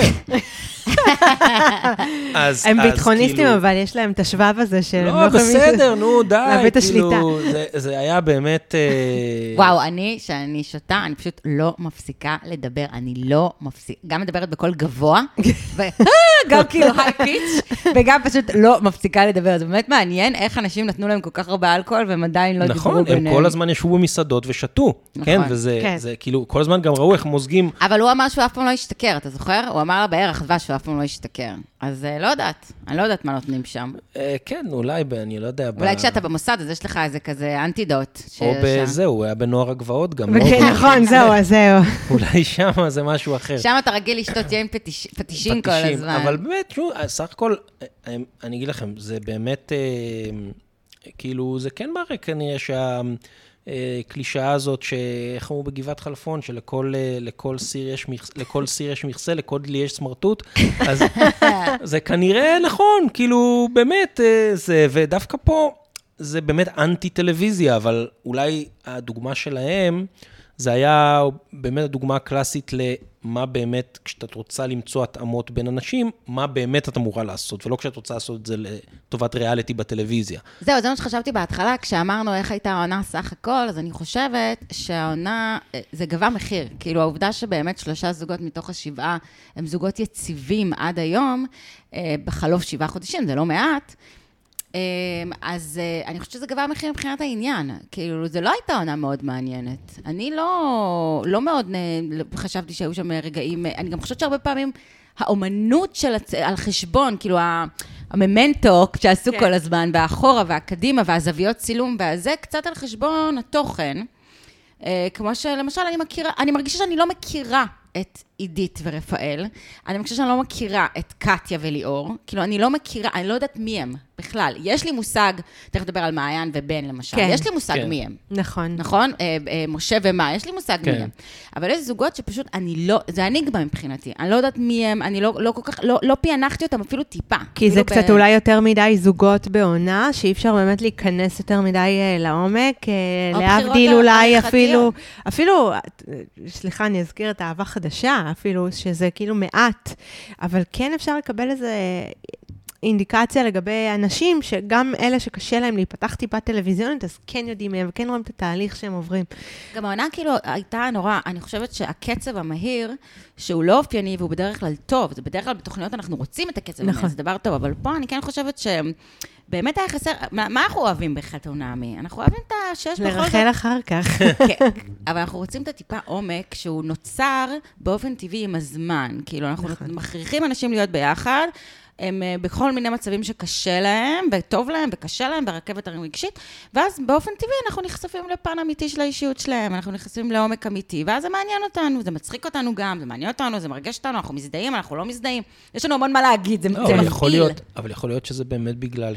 אז, הם אז ביטחוניסטים, כאילו... אבל יש להם את השבב הזה של... לא, בסדר, נו, די. להביא את השליטה. זה, זה היה באמת... וואו, אני, שאני שותה, אני פשוט לא מפסיקה לדבר, אני לא מפסיקה, גם מדברת בקול גבוה, גם כאילו היי פיץ', וגם פשוט לא מפסיקה לדבר. זה באמת מעניין איך אנשים נתנו להם כל כך הרבה אלכוהול, והם עדיין לא דיברו ביניהם. נכון, הם כל הזמן ישבו במסעדות ושתו. כן, וזה כאילו, כל הזמן גם ראו איך מוזגים. אבל הוא אמר שהוא אף פעם לא ישתכר, אתה זוכר? הוא אמר לה בערך חדווה שהוא אף פעם לא ישתכר. אז לא יודעת, אני לא יודעת מה נותנים שם. כן, אולי, אני לא יודע. אולי כשאתה במוסד, אז יש לך איזה כזה אנטידוט. או בזהו, הוא היה בנוער הגבעות גם. נכון, זהו, זהו. אולי שם זה משהו אחר. שם אתה רגיל לשתות יין פטישים כל הזמן. אבל באמת, סך הכל, אני אגיד לכם, זה באמת, כאילו, זה כן מראה כנראה שה... קלישאה הזאת, שאיך הוא בגבעת חלפון, שלכל לכל סיר יש מכסה, לכל סיר יש מכסה, לכל דלי יש סמרטוט, אז זה כנראה נכון, כאילו, באמת, זה, ודווקא פה, זה באמת אנטי טלוויזיה, אבל אולי הדוגמה שלהם, זה היה באמת הדוגמה הקלאסית למה באמת, כשאת רוצה למצוא התאמות בין אנשים, מה באמת את אמורה לעשות, ולא כשאת רוצה לעשות את זה לטובת ריאליטי בטלוויזיה. זהו, זה מה שחשבתי בהתחלה, כשאמרנו איך הייתה העונה סך הכל, אז אני חושבת שהעונה, זה גבה מחיר. כאילו, העובדה שבאמת שלושה זוגות מתוך השבעה, הם זוגות יציבים עד היום, בחלוף שבעה חודשים, זה לא מעט, אז אני חושבת שזה גבה מחיר מבחינת העניין. כאילו, זה לא הייתה עונה מאוד מעניינת. אני לא, לא מאוד חשבתי שהיו שם רגעים, אני גם חושבת שהרבה פעמים האומנות של, על חשבון, כאילו, הממנטו שעשו כל הזמן, והאחורה והקדימה והזוויות צילום, וזה קצת על חשבון התוכן. כמו שלמשל, אני מכירה, אני מרגישה שאני לא מכירה את עידית ורפאל, אני חושבת שאני לא מכירה את קטיה וליאור, כאילו אני לא מכירה, אני לא יודעת מי הם בכלל. יש לי מושג, תכף נדבר על מעיין ובן למשל, כן. יש לי מושג כן. מי הם. נכון. נכון? אה, אה, משה ומה, יש לי מושג כן. מי הם. אבל יש זוגות שפשוט אני לא, זה אניגמה מבחינתי, אני לא יודעת מי הם, אני לא, לא כל כך, לא, לא פענחתי אותם אפילו טיפה. כי זה אפילו קצת אולי יותר מדי זוגות בעונה, שאי אפשר באמת להיכנס יותר מדי אה, לעומק, אה, או להבדיל בחירות אולי ההלכתיות. אפילו, אפילו, אה, סליחה, אני אזכיר את אהבה חדשה, אפילו שזה כאילו מעט, אבל כן אפשר לקבל איזה אינדיקציה לגבי אנשים, שגם אלה שקשה להם להיפתח טיפה טלוויזיונית, אז כן יודעים מהם, וכן רואים את התהליך שהם עוברים. גם העונה כאילו הייתה נורא, אני חושבת שהקצב המהיר, שהוא לא אופייני והוא בדרך כלל טוב, זה בדרך כלל בתוכניות אנחנו רוצים את הקצב המהיר, נכון. זה דבר טוב, אבל פה אני כן חושבת שבאמת היה חסר, מה, מה אנחנו אוהבים בחטא עונה? אנחנו אוהבים את השש בכל זאת. לרחל אחר כך. כן, אבל אנחנו רוצים את הטיפה עומק, שהוא נוצר באופן טבעי עם הזמן, כאילו אנחנו נכון. מכריחים אנשים להיות ביחד, הם אה, בכל מיני מצבים שקשה להם, וטוב להם, וקשה להם, ברכבת הרגשית, ואז באופן טבעי אנחנו נחשפים לפן אמיתי של האישיות שלהם, אנחנו נחשפים לעומק אמיתי, ואז זה מעניין אותנו, זה מצחיק אותנו גם, זה מעניין אותנו, זה מרגש אותנו, אנחנו מזדהים, אנחנו לא מזדהים, יש לנו המון מה להגיד, זה, לא, זה אבל מפעיל. יכול להיות, אבל יכול להיות שזה באמת בגלל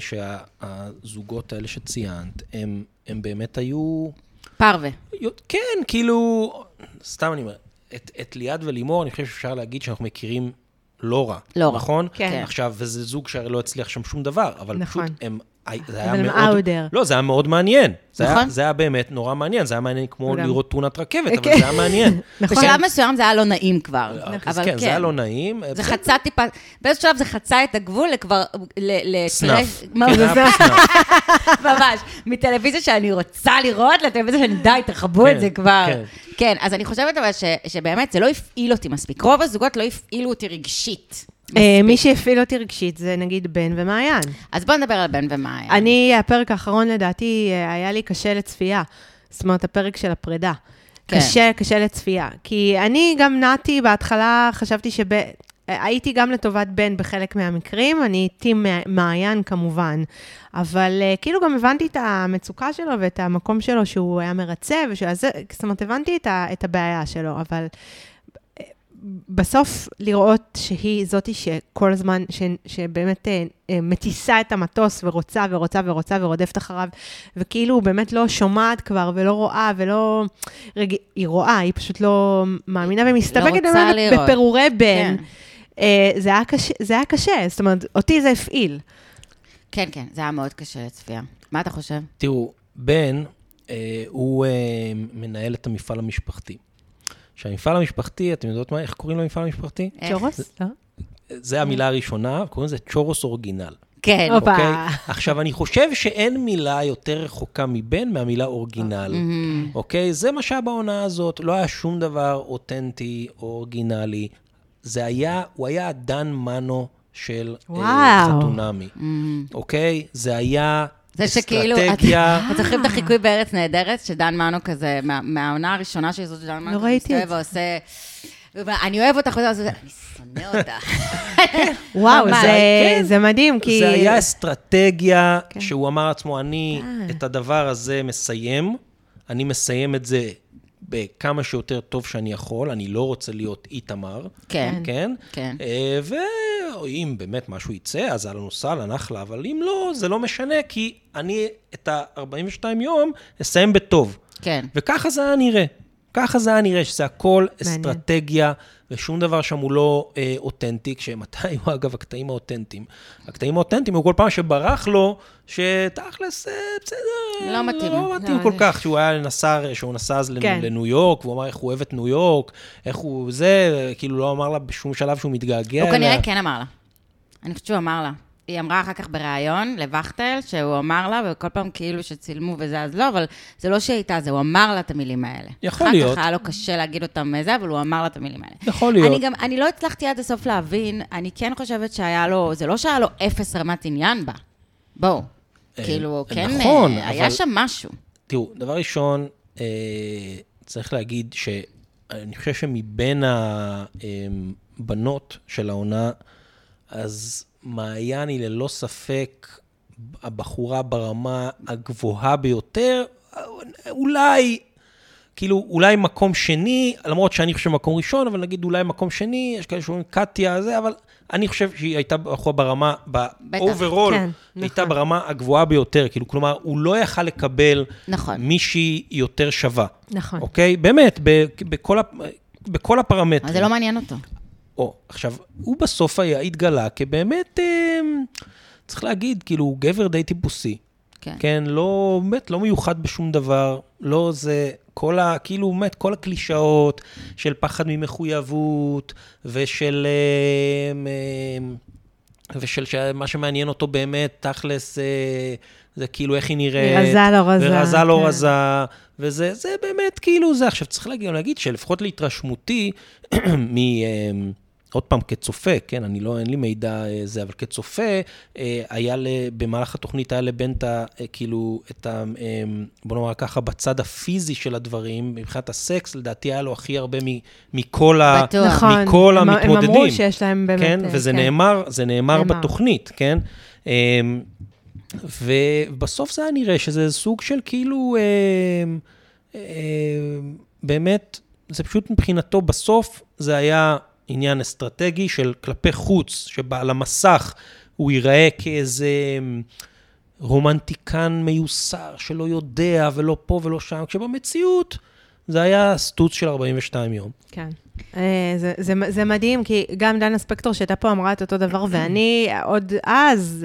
שהזוגות האלה שציינת, הם, הם באמת היו... פרווה. כן, כאילו, סתם אני אומר, את, את ליעד ולימור, אני חושב שאפשר להגיד שאנחנו מכירים לא רע. לא רע. נכון? כן. עכשיו, וזה זוג שהרי לא הצליח שם שום דבר, אבל נכון. פשוט הם... זה היה אבל הם מאוד... אאודר. לא, זה היה מאוד מעניין. זה היה, נכון. זה היה באמת נורא מעניין. זה היה מעניין כמו גם. לראות תאונת רכבת, אבל כן. זה היה מעניין. נכון. בשלב מסוים זה היה לא נעים כבר, אז אבל כן, זה היה לא נעים. זה חצה טיפה, באיזשהו שלב זה חצה את הגבול לכבר, ל... סנף. מה כן, זה היה סנף? סנף. ממש, מטלוויזיה שאני רוצה לראות, לטלוויזיה שאני די, תרחבו את כן, זה כבר. כן. כן, אז אני חושבת אבל ש- שבאמת זה לא הפעיל אותי מספיק. רוב הזוגות לא הפעילו אותי רגשית. אה, מי שהפעיל אותי רגשית זה נגיד בן ומעיין. אז בואו נדבר על בן ומעיין. אני, הפרק האחרון לדעתי, אה, היה לי קשה לצפייה. זאת אומרת, הפרק של הפרידה. כן. קשה, קשה לצפייה. כי אני גם נעתי בהתחלה, חשבתי שב... הייתי גם לטובת בן בחלק מהמקרים, אני איתי מעיין כמובן, אבל uh, כאילו גם הבנתי את המצוקה שלו ואת המקום שלו שהוא היה מרצה, ושאז, זאת אומרת, הבנתי את, ה, את הבעיה שלו, אבל uh, בסוף לראות שהיא זאתי שכל הזמן, ש, שבאמת uh, uh, מטיסה את המטוס ורוצה ורוצה ורוצה ורודפת אחריו, וכאילו באמת לא שומעת כבר ולא רואה ולא, רג... היא רואה, היא פשוט לא מאמינה ומסתפקת לא בפירורי בן. כן. זה היה קשה, זה היה קשה, זאת אומרת, אותי זה הפעיל. כן, כן, זה היה מאוד קשה לצפייה. מה אתה חושב? תראו, בן, אה, הוא אה, מנהל את המפעל המשפחתי. שהמפעל המשפחתי, אתם יודעות מה, איך קוראים למפעל המשפחתי? צ'ורוס? לא? זה המילה הראשונה, קוראים לזה צ'ורוס אורגינל. כן. הופה. אוקיי? עכשיו, אני חושב שאין מילה יותר רחוקה מבן מהמילה אורגינל. אוקיי? זה מה שהיה בעונה הזאת, לא היה שום דבר אותנטי או אורגינלי. זה היה, הוא היה דן מנו של אה, וואו. חתונמי. אוקיי? זה היה זה שכאילו, אסטרטגיה. אתם זוכרים את החיקוי בארץ נהדרת, שדן מנו כזה, מה- מהעונה הראשונה של זאת, דן מנו לא כזה ראיתי מסתובב את זה. ועושה, הוא אומר, אני אוהב אותך, אני שונא אותך. וואו, ממש. זה, כן. זה מדהים, כי... זה היה אסטרטגיה כן. שהוא אמר לעצמו, אני אה. את הדבר הזה מסיים, אני מסיים את זה בכמה שיותר טוב שאני יכול, אני לא רוצה להיות איתמר, כן, כן? כן. אה, ואם באמת משהו יצא, אז היה לנו סל, הנחלה, אבל אם לא, זה לא משנה, כי אני את ה-ארבעים ושתיים יום אסיים בטוב. כן. וככה זה היה נראה. ככה זה היה נראה, שזה הכל מעניין. אסטרטגיה, ושום דבר שם הוא לא אה, אותנטי, כשמתי היו אגב הקטעים האותנטיים? הקטעים האותנטיים הוא כל פעם שברח לו, שתכלס, אה, בסדר, לא מתאים. לא מתאים לא, כל זה- כך, שהוא היה נסע, שהוא נסע אז לנ- כן. לניו יורק, והוא אמר איך הוא אוהב את ניו יורק, איך הוא זה, כאילו לא אמר לה בשום שלב שהוא מתגעגע הוא כנראה אליה. כן אמר לה. אני חושבת שהוא אמר לה. היא אמרה אחר כך בריאיון לווכטל, שהוא אמר לה, וכל פעם כאילו שצילמו וזה, אז לא, אבל זה לא שהיא הייתה, זה הוא אמר לה את המילים האלה. יכול אחר להיות. כך היה לו קשה להגיד אותם זה, אבל הוא אמר לה את המילים האלה. יכול להיות. אני גם, אני לא הצלחתי עד הסוף להבין, אני כן חושבת שהיה לו, זה לא שהיה לו אפס רמת עניין בה. בואו. אה, כאילו, כן, נכון, אה, היה אבל- שם משהו. תראו, דבר ראשון, אה, צריך להגיד שאני חושב שמבין הבנות של העונה, אז מעיין היא ללא ספק הבחורה ברמה הגבוהה ביותר, אולי, כאילו, אולי מקום שני, למרות שאני חושב מקום ראשון, אבל נגיד אולי מקום שני, יש כאלה שאומרים קטיה, זה, אבל אני חושב שהיא הייתה ברמה, באוברול, כן, הייתה נכון. ברמה הגבוהה ביותר, כאילו, כלומר, הוא לא יכל לקבל נכון. מישהי יותר שווה. נכון. אוקיי? באמת, ב- בכל, ה- בכל הפרמטרים. אז זה לא מעניין אותו. או, עכשיו, הוא בסוף היה, התגלה כבאמת, אה, צריך להגיד, כאילו, גבר די טיפוסי. כן. כן, לא, באמת, לא מיוחד בשום דבר, לא זה, כל ה, כאילו, באמת, כל הקלישאות של פחד ממחויבות, ושל, אה, אה, ושל מה שמעניין אותו באמת, תכלס, אה, זה כאילו איך היא נראית. היא רזה, לא רזה. ורזה, לא כן. רזה, וזה, זה באמת כאילו זה. עכשיו, צריך להגיד, להגיד שלפחות להתרשמותי, מ... אה, עוד פעם, כצופה, כן, אני לא, אין לי מידע זה, אבל כצופה, היה במהלך התוכנית, היה לבן את ה, כאילו, את ה, בוא נאמר ככה, בצד הפיזי של הדברים, מבחינת הסקס, לדעתי היה לו הכי הרבה מכל ה, נכון, מכל הם, המתמודדים. הם אמרו שיש להם באמת, כן, וזה כן. נאמר, זה נאמר, נאמר. בתוכנית, כן? ובסוף זה היה נראה שזה סוג של כאילו, באמת, זה פשוט מבחינתו, בסוף זה היה עניין אסטרטגי של כלפי חוץ, שעל המסך הוא ייראה כאיזה רומנטיקן מיוסר, שלא יודע ולא פה ולא שם, כשבמציאות זה היה סטוץ של ארבעים ושתיים יום. כן. זה, זה, זה מדהים, כי גם דנה ספקטור שהייתה פה אמרה את אותו דבר, ואני עוד אז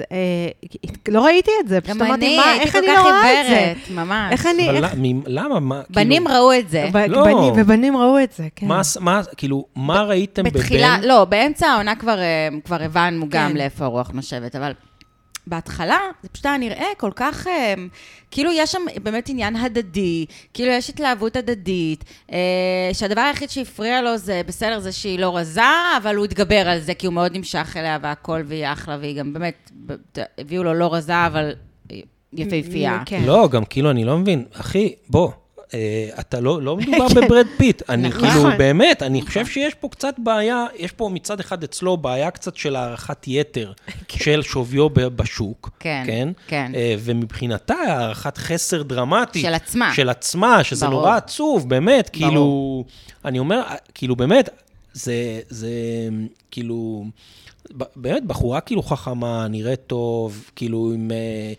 לא ראיתי את זה. גם אני, הייתי כל כך עיוורת, ממש. איך אני... אבל למה? מה? בנים ראו את זה. לא. ובנים ראו את זה, כן. מה, כאילו, מה ראיתם בבן? בתחילה, לא, באמצע העונה כבר הבנו גם לאיפה הרוח נושבת, אבל בהתחלה זה פשוט היה נראה כל כך, כאילו יש שם באמת עניין הדדי, כאילו יש התלהבות הדדית, שהדבר היחיד שהפריע לו זה, בסדר, זה שהיא לא רזה, אבל הוא התגבר על זה, כי הוא מאוד נמשך אליה והכל, והיא אחלה, והיא גם באמת, הביאו לו לא רזה, אבל יפהפייה. לא, גם כאילו, אני לא מבין, אחי, בוא. אתה לא, לא מדובר בברד פיט, אני כאילו, באמת, אני חושב שיש פה קצת בעיה, יש פה מצד אחד אצלו בעיה קצת של הערכת יתר, של שוויו בשוק, כן, כן, ומבחינתה הערכת חסר דרמטית, של עצמה, של עצמה, שזה נורא עצוב, באמת, כאילו, אני אומר, כאילו, באמת, זה, זה, כאילו, באמת, בחורה כאילו חכמה, נראית טוב, כאילו עם,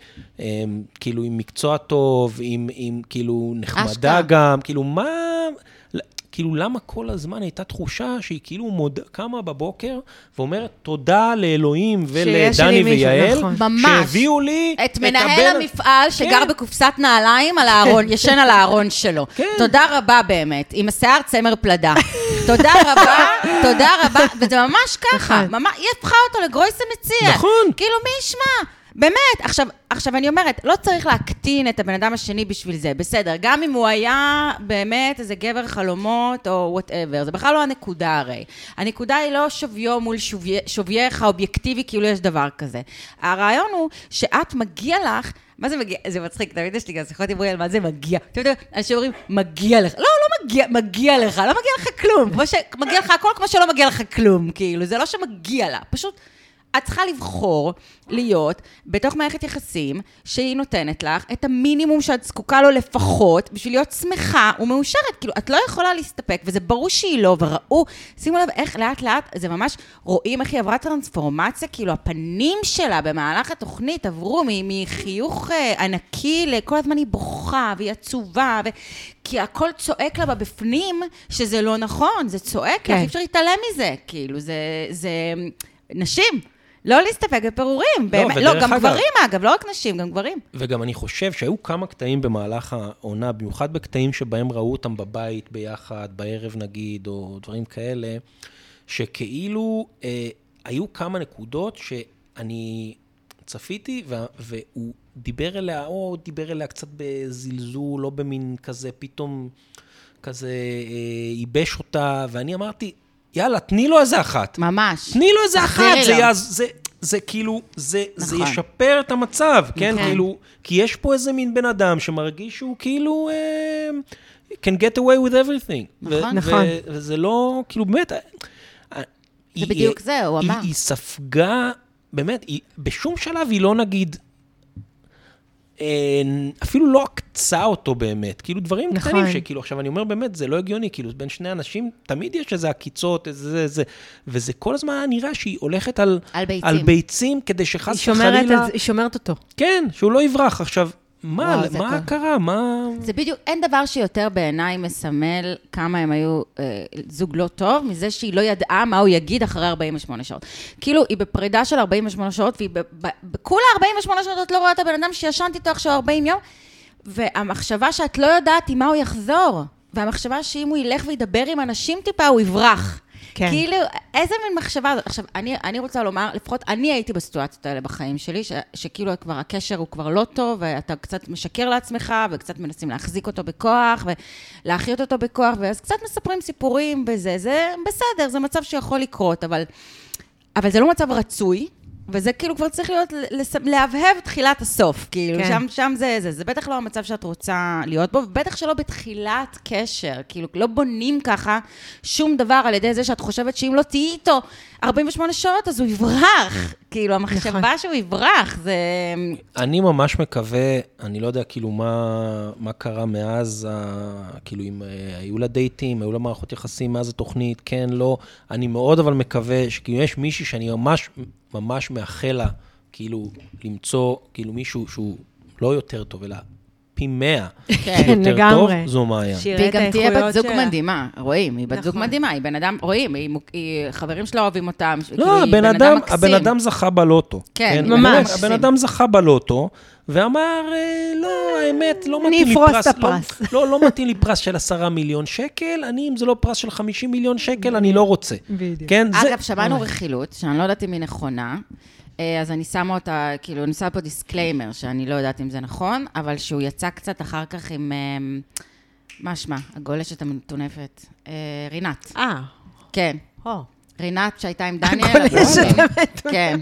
כאילו עם מקצוע טוב, עם, עם כאילו נחמדה גם, כאילו מה, כאילו למה כל הזמן הייתה תחושה שהיא כאילו מוד, קמה בבוקר ואומרת תודה לאלוהים ולדני ויעל, שהביאו לי את מנהל המפעל שגר בקופסת נעליים על הארון, ישן על הארון שלו. תודה רבה באמת, עם השיער צמר פלדה. תודה רבה, תודה רבה, וזה ממש ככה, היא הפכה אותו לגרויס המציע. נכון. כאילו מי ישמע? באמת, עכשיו, עכשיו אני אומרת, לא צריך להקטין את הבן אדם השני בשביל זה, בסדר, גם אם הוא היה באמת איזה גבר חלומות או whatever, זה בכלל לא הנקודה הרי. הנקודה היא לא שוויו מול שווייך האובייקטיבי, כאילו יש דבר כזה. הרעיון הוא שאת מגיע לך, מה זה מגיע? זה מצחיק, תמיד יש לי גם שיחות דיבורי על מה זה מגיע. אתם יודעים, אנשים אומרים, מגיע לך. לא, לא מגיע, מגיע לך, לא מגיע לך כלום. כמו שמגיע לך הכל כמו שלא מגיע לך כלום, כאילו, זה לא שמגיע לה, פשוט... את צריכה לבחור להיות בתוך מערכת יחסים שהיא נותנת לך את המינימום שאת זקוקה לו לפחות בשביל להיות שמחה ומאושרת. כאילו, את לא יכולה להסתפק, וזה ברור שהיא לא, וראו, שימו לב איך לאט לאט, זה ממש רואים איך היא עברה טרנספורמציה, כאילו הפנים שלה במהלך התוכנית עברו מחיוך ענקי לכל הזמן היא בוכה והיא עצובה, ו... כי הכל צועק לה בבפנים שזה לא נכון, זה צועק, כן. איך אפשר להתעלם מזה, כאילו, זה... זה... נשים. לא להסתפק בפירורים, באמת, לא, גם גברים אגב, לא רק נשים, גם גברים. וגם אני חושב שהיו כמה קטעים במהלך העונה, במיוחד בקטעים שבהם ראו אותם בבית ביחד, בערב נגיד, או דברים כאלה, שכאילו אה, היו כמה נקודות שאני צפיתי, והוא דיבר אליה, או דיבר אליה קצת בזלזול, לא במין כזה, פתאום כזה אה, ייבש אותה, ואני אמרתי, יאללה, תני לו איזה אחת. ממש. תני לו איזה אחת, זה, זה, זה, זה כאילו, זה, נכון. זה ישפר את המצב, כן? נכון. כאילו, כי יש פה איזה מין בן אדם שמרגיש שהוא כאילו, uh, can get away with everything. נכון. ו- נכון. ו- וזה לא, כאילו, באמת, זה היא, בדיוק זה, הוא היא, אמר. היא ספגה, באמת, היא, בשום שלב היא לא נגיד, אפילו לא הקצה אותו באמת, כאילו דברים נכון. קטנים שכאילו, עכשיו אני אומר באמת, זה לא הגיוני, כאילו בין שני אנשים, תמיד יש איזה עקיצות, איזה זה, זה, וזה כל הזמן נראה שהיא הולכת על, על ביצים. על ביצים, כדי שחס היא וחלילה... שומרת, היא שומרת אותו. כן, שהוא לא יברח. עכשיו, מה, וואו, זה מה כל- קרה? מה... זה בדיוק, אין דבר שיותר בעיניי מסמל כמה הם היו אה, זוג לא טוב, מזה שהיא לא ידעה מה הוא יגיד אחרי ארבעים ושמונה שעות. כאילו, היא בפרידה של ארבעים ושמונה שעות, והיא ב- ב- בכולה ארבעים ושמונה שעות, את לא רואה את הבן אדם שישנת איתו עכשיו ארבעים יום, והמחשבה שאת לא יודעת עם מה הוא יחזור, והמחשבה שאם הוא ילך וידבר עם אנשים טיפה, הוא יברח. כן. כאילו, איזה מין מחשבה הזאת? עכשיו, אני, אני רוצה לומר, לפחות אני הייתי בסיטואציות האלה בחיים שלי, ש, שכאילו כבר הקשר הוא כבר לא טוב, ואתה קצת משקר לעצמך, וקצת מנסים להחזיק אותו בכוח, ולהחיות אותו בכוח, ואז קצת מספרים סיפורים בזה, זה בסדר, זה מצב שיכול לקרות, אבל, אבל זה לא מצב רצוי, וזה כאילו כבר צריך להיות, לס- להבהב תחילת הסוף, כאילו, כן. שם, שם זה, זה, זה בטח לא המצב שאת רוצה להיות בו, ובטח שלא בתחילת קשר, כאילו, לא בונים ככה שום דבר על ידי זה שאת חושבת שאם לא תהיי איתו ארבעים ושמונה שעות, אז הוא יברח, כאילו, המחשבה שהוא יברח, זה... אני ממש מקווה, אני לא יודע כאילו מה, מה קרה מאז, ה, כאילו אם אה, היו לה דייטים, היו לה מערכות יחסים מאז התוכנית, כן, לא, אני מאוד אבל מקווה שכאילו יש מישהי שאני ממש, ממש מאחל לה, כאילו למצוא, כאילו מישהו שהוא לא יותר טוב, אלא פי מאה, כן, יותר לגמרי. טוב, זו מעיין. שיראה והיא את גם תהיה בת האיכויות זוג שלה. מדהימה, רואים, היא בת זוג נכון. מדהימה, היא בן אדם, רואים, היא, מוק- היא, חברים שלה אוהבים אותם, כאילו, לא, היא הבן אדם, מקסים. הבן אדם זכה בלוטו. כן, ממש. באמת, הבן אדם זכה בלוטו, ואמר, אה, לא, האמת, לא אני מתאים לי אפרוס פרס. את הפרס. לא, לא, לא מתאים לי פרס של עשרה מיליון שקל, אני, אם זה לא פרס של חמישים מיליון שקל, אני לא רוצה. בדיוק. כן, זה... אגב, שמענו רכילות, שאני לא יודעת אם היא נכונה, אה, אז אני שמה אותה, כאילו, אני שמה פה דיסקליימר, שאני לא יודעת אם זה נכון, אבל שהוא יצא קצת אחר כך עם, אה, מה שמה, הגולשת המטונפת, אה, רינת. אה, כן, הו. רינת שהייתה עם דניאל. הגולשת אבל- המטונפת. כן.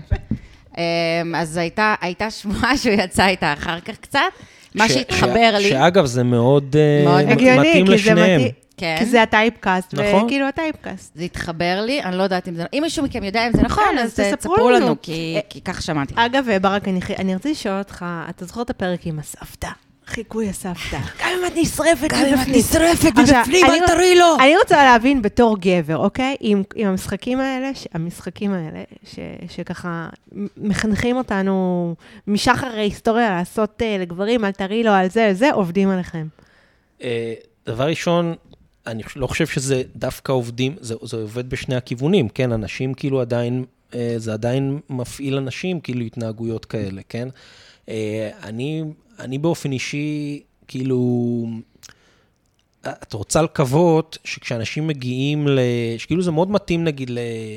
אה, אז הייתה, הייתה שמועה שהוא יצא איתה אחר כך קצת, מה ש- שהתחבר ש- לי. שאגב, זה מאוד אה, מאוד מת- הגיוני, מתאים כי זה לשניהם. מתאים. כן. כי זה הטייפקאסט, נכון. וכאילו הטייפקאסט. זה התחבר לי, אני לא יודעת אם זה... אם מישהו מכם יודע אם זה נכון, כן, אז אז תספרו תספרו לנו. לנו, כי כי כך שמעתי. אגב, ברק, אני, אני רוצה לשאול אותך, אתה זוכר את הפרק עם הסבתא? חיקוי הסבתא. גם אם את נשרפת מבפנים. נשרפת עכשיו, אני רוצ- תראי לו. אני רוצה להבין בתור גבר, אוקיי? עם, עם המשחקים האלה, ש- המשחקים האלה, ש, שככה מחנכים אותנו משחר ההיסטוריה לעשות uh, לגברים, אל תראי לו, על זה, על זה, עובדים עליכם. אה, דבר ראשון, אני לא חושב שזה דווקא עובדים, זה, זה עובד בשני הכיוונים, כן? אנשים כאילו עדיין, אה, זה עדיין מפעיל אנשים, כאילו התנהגויות כאלה, כן? אה, אני, אני באופן אישי, כאילו, את רוצה לקוות שכשאנשים מגיעים ל... שכאילו זה מאוד מתאים, נגיד,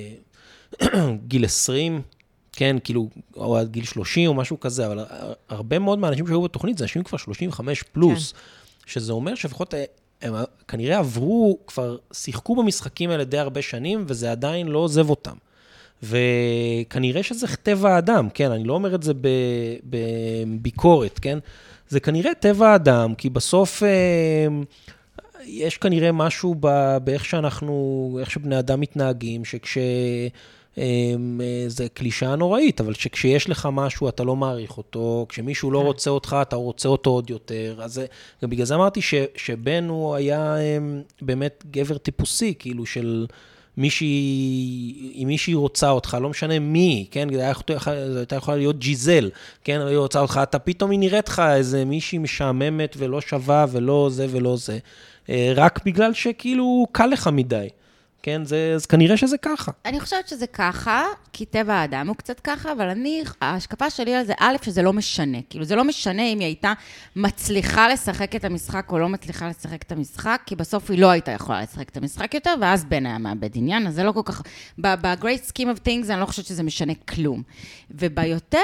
לגיל עשרים, כן, כאילו, או עד גיל שלושים או משהו כזה, אבל הרבה מאוד מהאנשים שהיו בתוכנית, זה אנשים כבר שלושים וחמש פלוס, כן. שזה אומר שלפחות הם כנראה עברו, כבר שיחקו במשחקים האלה די הרבה שנים, וזה עדיין לא עוזב אותם. וכנראה שזה טבע האדם, כן, אני לא אומר את זה בביקורת, כן, זה כנראה טבע האדם, כי בסוף יש כנראה משהו באיך שאנחנו, איך שבני אדם מתנהגים, שכש... זה קלישה נוראית, אבל שכשיש לך משהו, אתה לא מעריך אותו, כשמישהו לא רוצה אותך, אתה רוצה אותו עוד יותר, אז גם בגלל זה אמרתי שבן הוא היה באמת גבר טיפוסי, כאילו של מישהי, אם מישהי רוצה אותך, לא משנה מי, כן, זה הייתה יכולה להיות ג'יזל, כן, היא רוצה אותך, אתה פתאום היא נראית לך איזה מישהי משעממת ולא שווה ולא זה ולא זה, רק בגלל שכאילו קל לך מדי. כן, זה, אז כנראה שזה ככה. אני חושבת שזה ככה, כי טבע האדם הוא קצת ככה, אבל אני, ההשקפה שלי על זה, א', שזה לא משנה. כאילו, זה לא משנה אם היא הייתה מצליחה לשחק את המשחק או לא מצליחה לשחק את המשחק, כי בסוף היא לא הייתה יכולה לשחק את המשחק יותר, ואז בן היה מאבד עניין, אז זה לא כל כך... ב-great scheme of things, אני לא חושבת שזה משנה כלום. וביותר,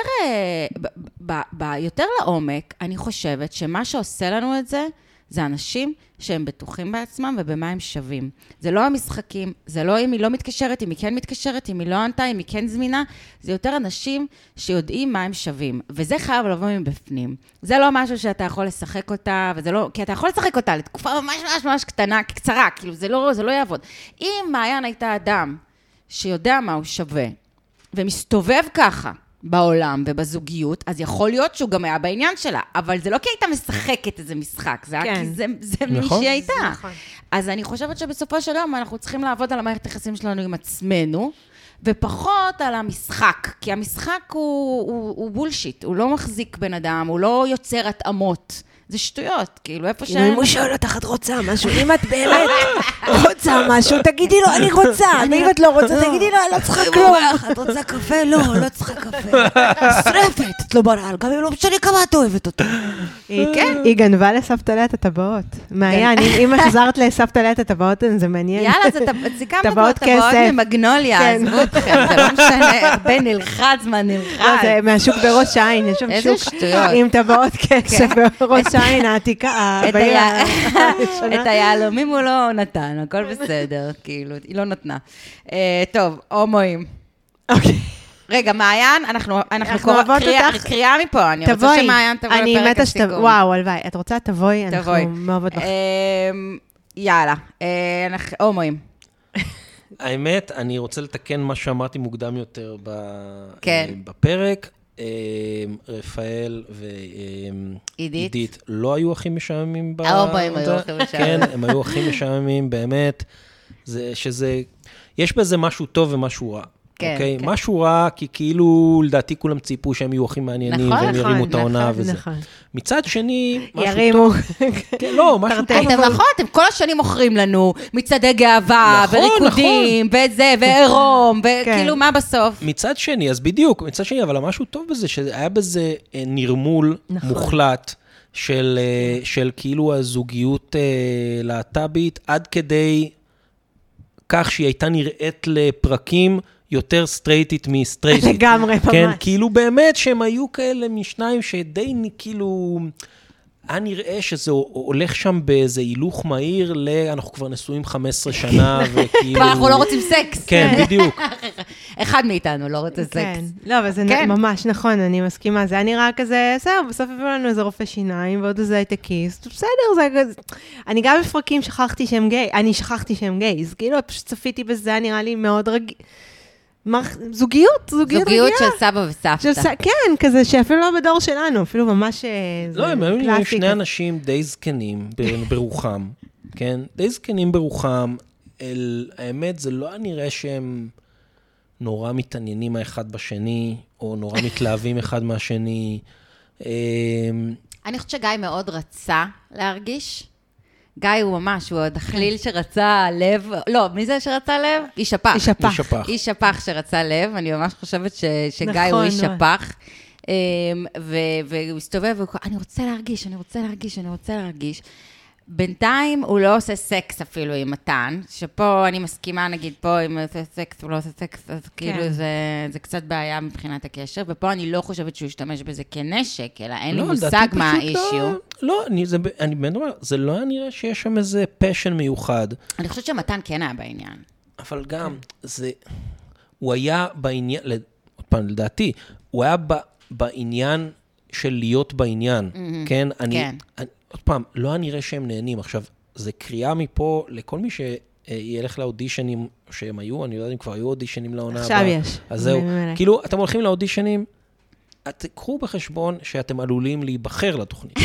ביותר לעומק, אני חושבת שמה שעושה לנו את זה, זה אנשים שהם בטוחים בעצמם ובמה הם שווים. זה לא המשחקים, זה לא אם היא לא מתקשרת, אם היא כן מתקשרת, אם היא לא ענתה, אם היא כן זמינה, זה יותר אנשים שיודעים מה הם שווים, וזה חייב לבוא מבפנים. זה לא משהו שאתה יכול לשחק אותה, וזה לא, כי אתה יכול לשחק אותה לתקופה ממש ממש ממש קטנה, קצרה, כאילו זה לא, זה לא יעבוד. אם מעיין הייתה אדם שיודע מה הוא שווה, ומסתובב ככה, בעולם ובזוגיות, אז יכול להיות שהוא גם היה בעניין שלה, אבל זה לא כי הייתה משחקת איזה משחק, זה היה כי זה, זה מי שהיא הייתה. נכון. אז אני חושבת שבסופו של יום אנחנו צריכים לעבוד על המערכת היחסים שלנו עם עצמנו, ופחות על המשחק, כי המשחק הוא, הוא, הוא בולשיט, הוא לא מחזיק בן אדם, הוא לא יוצר התאמות. זה שטויות, כאילו, איפה ש... אם הוא שואל אותך, את רוצה משהו, אם את באמת רוצה משהו, תגידי לו, אני רוצה, ואם את לא רוצה, תגידי לו, אני לא צריכה כלום. את רוצה קפה? לא, לא צריכה קפה. שרפת, את לא ברעל, גם אם לא משנה כמה את אוהבת אותה. כן, היא גנבה לסבתא לאה את הטבעות. מעיין, אם החזרת לסבתא לאה את הטבעות, זה מעניין. יאללה, זה סיכמנו כבר טבעות ממגנוליה, עזבו אתכם, זה לא משנה, הרבה נלחץ, מה נלחץ. זה מהשוק בראש העין, יש שם שוק עם טבעות כסף בראש העין, העתיקה, את היעלומים הוא לא נתן, הכל בסדר, כאילו, היא לא נתנה. טוב, הומואים. אוקיי. רגע, מעיין, אנחנו קריאה מפה, אני רוצה שמעיין תבואי אני מתה שתבואי, וואו, הלוואי, את רוצה תבואי, אנחנו מאוהבות לך. יאללה, הומואים. האמת, אני רוצה לתקן מה שאמרתי מוקדם יותר בפרק, רפאל ועידית לא היו הכי משעממים. ההומואים היו הכי משעממים. כן, הם היו הכי משעממים, באמת, שזה, יש בזה משהו טוב ומשהו רע. כן, אוקיי? כן. משהו רע, כי כאילו, לדעתי כולם ציפו שהם יהיו הכי מעניינים, נכון, והם ירימו נכון, את העונה נכון, וזה. נכון. מצד שני, משהו ירימו. טוב. כן, לא, משהו טוב. אתם נכון, אתם כל השנים מוכרים לנו מצעדי גאווה, נכון, וריקודים, וזה, ועירום, וכאילו, מה בסוף? מצד שני, אז בדיוק, מצד שני, אבל משהו טוב בזה, שהיה בזה אה, נרמול נכון. מוחלט, של, אה, של כאילו הזוגיות אה, להט"בית, עד כדי כך שהיא הייתה נראית לפרקים, יותר סטרייטית מסטרייטית. לגמרי, ממש. כן, כאילו באמת שהם היו כאלה משניים שדי כאילו, היה נראה שזה הולך שם באיזה הילוך מהיר ל... אנחנו כבר נשואים חמש עשרה שנה, וכאילו... כבר אנחנו לא רוצים סקס. כן, בדיוק. אחד מאיתנו לא רוצה סקס. כן, לא, אבל זה ממש נכון, אני מסכימה. זה היה נראה כזה, בסדר, בסוף הביאו לנו איזה רופא שיניים, ועוד איזה הייטקיסט, בסדר, זה כזה... אני גם בפרקים שכחתי שהם גיי, אני שכחתי שהם גיי, אז כאילו, פשוט צפיתי בזה, היה נראה לי מאוד רגיל. זוגיות, זוגיות רגילה. זוגיות של סבא וסבתא. כן, כזה שאפילו לא בדור שלנו, אפילו ממש לא, הם היו שני אנשים די זקנים ברוחם, כן? די זקנים ברוחם, האמת, זה לא נראה שהם נורא מתעניינים האחד בשני, או נורא מתלהבים אחד מהשני. אני חושבת שגיא מאוד רצה להרגיש. גיא הוא ממש, הוא הדחליל שרצה לב, לא, מי זה שרצה לב? איש הפח. איש הפח. איש הפח שרצה לב, אני ממש חושבת שגיא הוא איש הפח. והוא הסתובב, אני רוצה להרגיש, אני רוצה להרגיש, אני רוצה להרגיש. בינתיים הוא לא עושה סקס אפילו עם מתן, שפה אני מסכימה, נגיד פה, אם הוא עושה סקס, הוא לא עושה סקס, אז כאילו זה, זה קצת בעיה מבחינת הקשר, ופה אני לא חושבת שהוא ישתמש בזה כנשק, אלא אין לי מושג מה האישיו. לא, אני, זה, אני באמת אומר, זה לא היה נראה שיש שם איזה פשן מיוחד. אני חושבת שמתן כן היה בעניין. אבל גם, זה, הוא היה בעניין, עוד פעם, לדעתי, הוא היה בעניין של להיות בעניין, כן? אני, אני, עוד פעם, לא היה נראה שהם נהנים. עכשיו, זה קריאה מפה לכל מי שילך לאודישנים שהם היו, אני לא יודע אם כבר היו אודישנים לעונה הבאה. עכשיו יש. אז זהו. כאילו, אתם הולכים לאודישנים, קחו בחשבון שאתם עלולים להיבחר לתוכנית.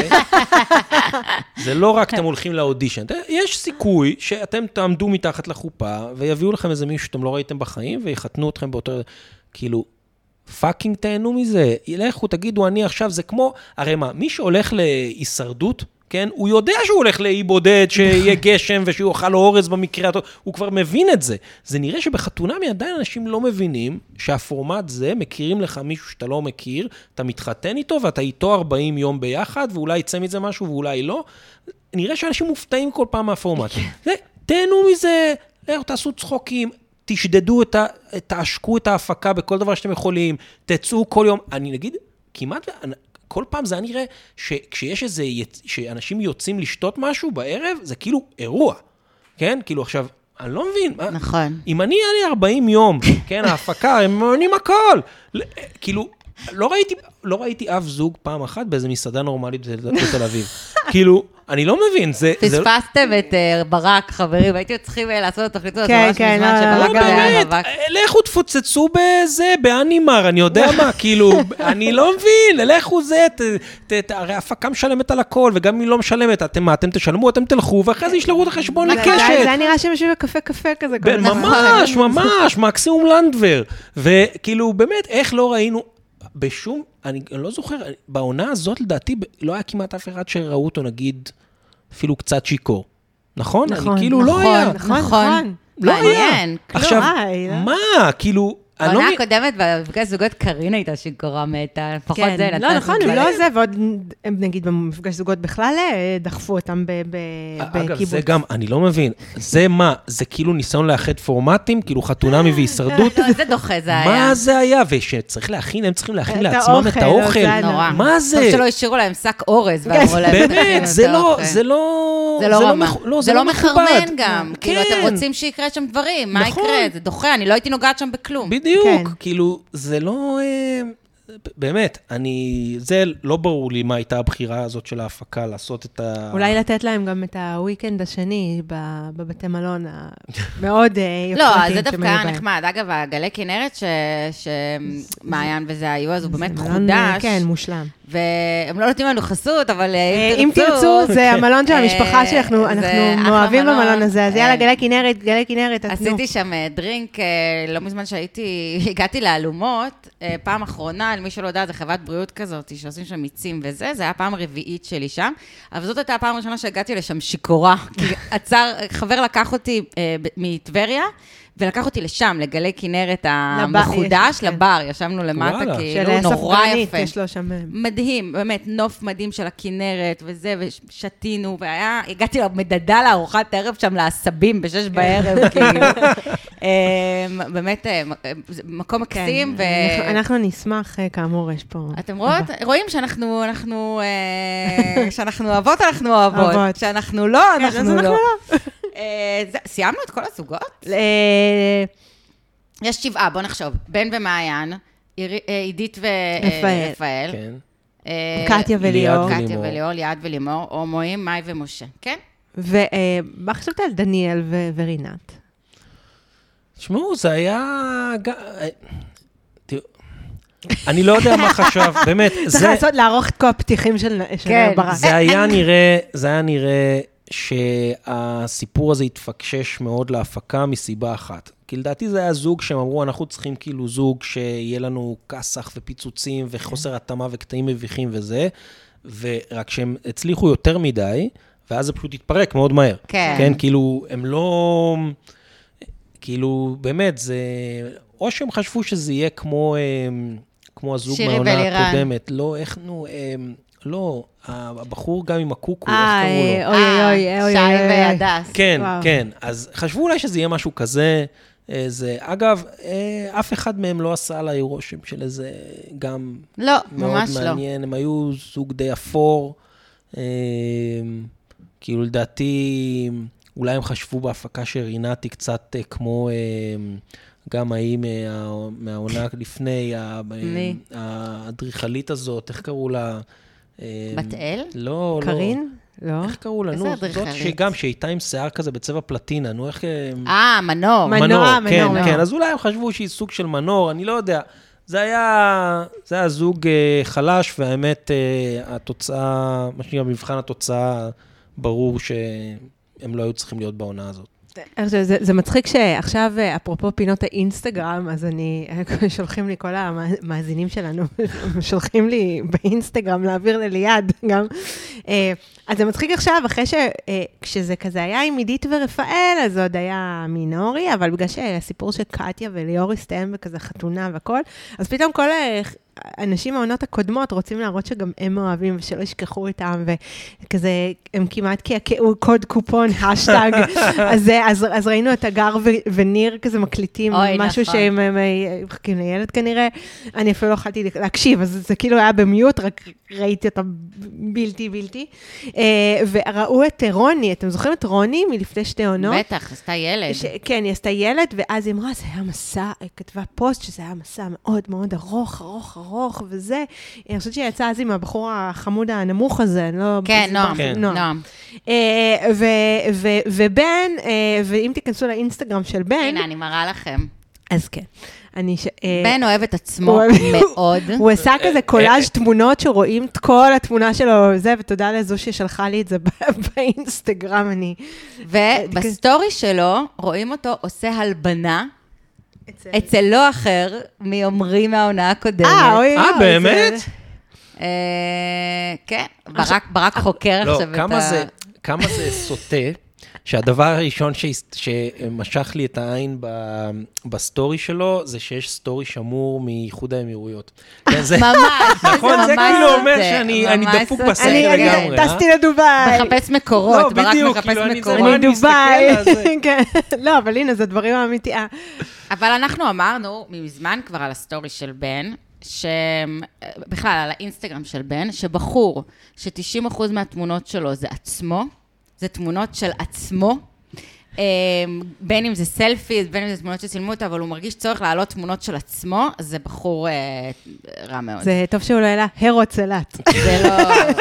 זה לא רק אתם הולכים לאודישן. יש סיכוי שאתם תעמדו מתחת לחופה, ויביאו לכם איזה מישהו שאתם לא ראיתם בחיים, ויחתנו אתכם באותו... כאילו... פאקינג תהנו מזה, ילכו, תגידו, אני עכשיו, זה כמו, הרי מה, מי שהולך להישרדות, כן, הוא יודע שהוא הולך לאי בודד, שיהיה גשם, ושיהיה אוכל אורז במקרה, הוא כבר מבין את זה. זה נראה שבחתונמי עדיין אנשים לא מבינים, שהפורמט זה, מכירים לך מישהו שאתה לא מכיר, אתה מתחתן איתו, ואתה איתו ארבעים יום ביחד, ואולי יצא מזה משהו, ואולי לא. נראה שאנשים מופתעים כל פעם מהפורמט. תהנו מזה, תעשו צחוקים, תשדדו את ה... תעשקו את ההפקה בכל דבר שאתם יכולים, תצאו כל יום, אני נגיד, כמעט, כל פעם זה נראה שכשיש איזה, שאנשים יוצאים לשתות משהו בערב, זה כאילו אירוע, כן? כאילו עכשיו, אני לא מבין. נכון. אם אני, היה לי ארבעים יום, כן, ההפקה, הם מעונים הכל. כאילו, לא ראיתי, לא ראיתי אף זוג פעם אחת באיזה מסעדה נורמלית בתל אביב. כאילו, אני לא מבין, זה... פספסתם את ברק, חברים, הייתי צריכים לעשות את התוכנית הזאת כן, ממש כן, מזמן לא, שברק לא, היה באמת, מאבק. לכו תפוצצו בזה, באנימר, אני יודע מה, כאילו, אני לא מבין, לכו זה, ת- ת- ת- הרי הפקה משלמת על הכל, וגם אם היא לא משלמת, אתם מה, אתם תשלמו, אתם תלכו, ואחרי זה ישלחו את החשבון זה- לקשת. זה היה נראה שהם יושבים בקפה קפה כזה. כל ב- הזמן. ממש, ממש, מקסימום לנדבר. וכאילו, באמת, איך לא ראינו, בשום, אני לא זוכר, בעונה הזאת, לדעתי, לא היה כמעט אף אחד שראו אותו, נגיד, אפילו קצת שיקור. נכון? נכון, אני כאילו לא היה. נכון, נכון. נכון. לא היה. מעניין, כלום. עכשיו, וואי, לא? מה? כאילו, אני לא... בעונה מ- הקודמת, במפגש זוגות, קרין הייתה שיכורה מתה, לפחות זה כן, נתנה... לא, נכון, הם תקווה. לא זה, ועוד, הם נגיד במפגש זוגות בכלל אה, דחפו אותם ב- ב- אגב, בקיבוץ. זה גם, אני לא מבין, זה מה? זה כאילו ניסיון לאחד פורמטים, כאילו חתונמי והישרדות? לא, זה דוחה זה היה. מה זה היה? ושצריך להכין, הם צריכים להכין את לעצמם את האוכל, האוכל. זה היה נורא. מה זה? טוב שלא השאירו להם שק אורז, ואמרו להם... "תכינו באמת, את זה לא, האוכל". זה לא... זה לא רמה. מכ- לא, זה לא מכובד. מחרמן גם. כאילו, כן. אתם רוצים שיקרה שם דברים, מה נכון. יקרה? זה דוחה, אני לא הייתי נוגעת שם בכלום. בדיוק, כן. כאילו, זה לא... אה, באמת, אני... זה לא ברור לי מה הייתה הבחירה הזאת של ההפקה, לעשות את ה... אולי לתת להם גם את הוויקנד השני ב- בבתי מלון המאוד אה, לא, יוקרתיים זה דווקא שהם היו היה בהם. נחמד. אגב, הגלי כנרת ש- שמעיין וזה היו, אז הוא באמת זה מלון, אה, חודש. כן, מושלם. והם לא נותנים לנו חסות, אבל אה, אה, אם תרצו, זה המלון של אה, המשפחה שאנחנו זה אנחנו אחלה מאוהבים מלון. במלון הזה, אז אה, יאללה, גלי כנרת, גלי כנרת, תתנו. עשיתי שם אה, דרינק, אה, לא מזמן שהייתי, הגעתי לאלומות, אה, פעם אחרונה, למי שלא יודע, זה חברת בריאות כזאת, שעושים שם מיצים וזה, זה היה פעם רביעית שלי שם, אבל זאת הייתה הפעם הראשונה שהגעתי לשם שיכורה, כי עצר, חבר לקח אותי אה, ב- מטבריה, ולקח אותי לשם, לגלי כנרת המחודש, יש- כן. לבר, ישבנו למטה, וואלה. של כאילו, אסף נורא גרנית, יפה. יש לו שם... מדהים, באמת, נוף מדהים של הכנרת וזה, ושתינו, והיה, הגעתי למדדה לארוחת ערב שם לעשבים בשש בערב, כאילו. אמ, באמת, אה, זה מקום מקסים, ו... אנחנו- אנחנו נשמח, אה, כאמור, יש פה... אתם רואות? רואים שאנחנו, אנחנו, אה, שאנחנו אוהבות, אנחנו אוהבות. אוהבות. שאנחנו לא, כן, אז אנחנו אנחנו לא. לא. אה, זה- סיימנו את כל הזוגות? אה, יש שבעה, בוא נחשוב. בן ומעיין, עירי- אה, עידית רפאל. ורפאל. כן. אה, קטיה וליאור. ליעד קטיה ולימור. וליאור, ליעד ולימור, הומואים, מאי ומשה, כן? ומה חשבת על דניאל ו- ורינת? תשמעו, זה היה... ג- אה, תראו, אני לא יודע מה חשב, באמת, צריך זה... לעשות, לערוך את כל הפתיחים של של כן, ברק. זה היה נראה, זה היה נראה שהסיפור הזה התפקשש מאוד להפקה מסיבה אחת. כי לדעתי זה היה זוג שהם אמרו, אנחנו צריכים כאילו זוג שיהיה לנו כסח ופיצוצים וחוסר התאמה וקטעים מביכים וזה, ורק שהם הצליחו יותר מדי, ואז זה פשוט התפרק מאוד מהר. כן. כן, כאילו, הם לא... כאילו, באמת, זה... או שהם חשבו שזה יהיה כמו, אה, כמו הזוג שירי מהעונה ולירן. הקודמת. לא, איך נו... אה, לא, הבחור גם עם הקוקו, אה, איך קראו לו? אוי, אוי, אוי, אוי, שי אוי, אוי. והדס. כן, וואו. כן. אז חשבו אולי שזה יהיה משהו כזה. אה, זה, אגב, אה, אף אחד מהם לא עשה עליי רושם של איזה גם לא, מאוד ממש לא. מעניין. הם היו זוג די אפור. אה, כאילו, לדעתי, אולי הם חשבו בהפקה שרינתי קצת אה, כמו... אה, גם ההיא מה- מהעונה לפני, ה- מי? האדריכלית הזאת, איך קראו לה? אה, בת אל? לא, לא. קרין? לא. איך קראו לה? איזה נו, זאת אדריכלית? שגם, שהייתה עם שיער כזה בצבע פלטינה, נו, איך... אה, אה, מנור. מנור. מנור, מנור, כן, מנור. כן. אז אולי הם חשבו שהיא סוג של מנור, אני לא יודע. זה היה, זה היה זוג אה, חלש, והאמת, אה, התוצאה, מה שנקרא, מבחן התוצאה, ברור שהם לא היו צריכים להיות בעונה הזאת. עכשיו, זה, זה מצחיק שעכשיו, אפרופו פינות האינסטגרם, אז אני, שולחים לי כל המאזינים שלנו, שולחים לי באינסטגרם להעביר לליעד גם. אז זה מצחיק עכשיו, אחרי שכשזה כזה היה עם עידית ורפאל, אז עוד היה מינורי, אבל בגלל שהסיפור של קטיה וליאור הסתיים בכזה חתונה והכל, אז פתאום כל האנשים מהעונות הקודמות רוצים להראות שגם הם אוהבים, ושלא ישכחו איתם, וכזה, הם כמעט קעקעו קוד קופון, השטג, אז, אז, אז ראינו את הגר ו- וניר כזה מקליטים, אוי, משהו נכון. שהם הם מחכים לילד כנראה, אני אפילו לא יכולתי להקשיב, אז זה כאילו היה במיוט, רק ראיתי אותה בלתי בלתי. וראו את רוני, אתם זוכרים את רוני מלפני שתי עונות? בטח, עשתה ילד. כן, היא עשתה ילד, ואז היא אמרה, זה היה מסע, היא כתבה פוסט שזה היה מסע מאוד מאוד ארוך, ארוך, ארוך, וזה, אני חושבת שהיא יצאה אז עם הבחור החמוד הנמוך הזה, לא... כן, נועם, נועם. ובן, ואם תיכנסו לאינסטגרם של בן... הנה, אני מראה לכם. אז כן. בן אוהב את עצמו מאוד. הוא עשה כזה קולאז' תמונות שרואים את כל התמונה שלו, זה, ותודה לזו ששלחה לי את זה באינסטגרם, אני... ובסטורי שלו רואים אותו עושה הלבנה, אצל לא אחר, מאומרי מהעונה הקודמת. אה, באמת? כן, ברק חוקר עכשיו את ה... כמה זה סוטה? שהדבר הראשון שמשך לי את העין בסטורי שלו, זה שיש סטורי שמור מאיחוד האמירויות. ממש. נכון, זה כאילו אומר שאני דפוק בסקר לגמרי. אני טסתי לדוביי. מחפש מקורות, ברק מחפש מקורות. אני דוביי. לא, אבל הנה, זה דברים האמיתיים. אבל אנחנו אמרנו ממזמן כבר על הסטורי של בן, שבכלל על האינסטגרם של בן, שבחור ש-תשעים אחוז מהתמונות שלו זה עצמו, זה תמונות של עצמו, בין אם זה סלפי, בין אם זה תמונות שצילמו אותה, אבל הוא מרגיש צורך להעלות תמונות של עצמו, אז זה בחור רע מאוד. זה טוב שהוא לא העלה, הרו צלט. זה לא...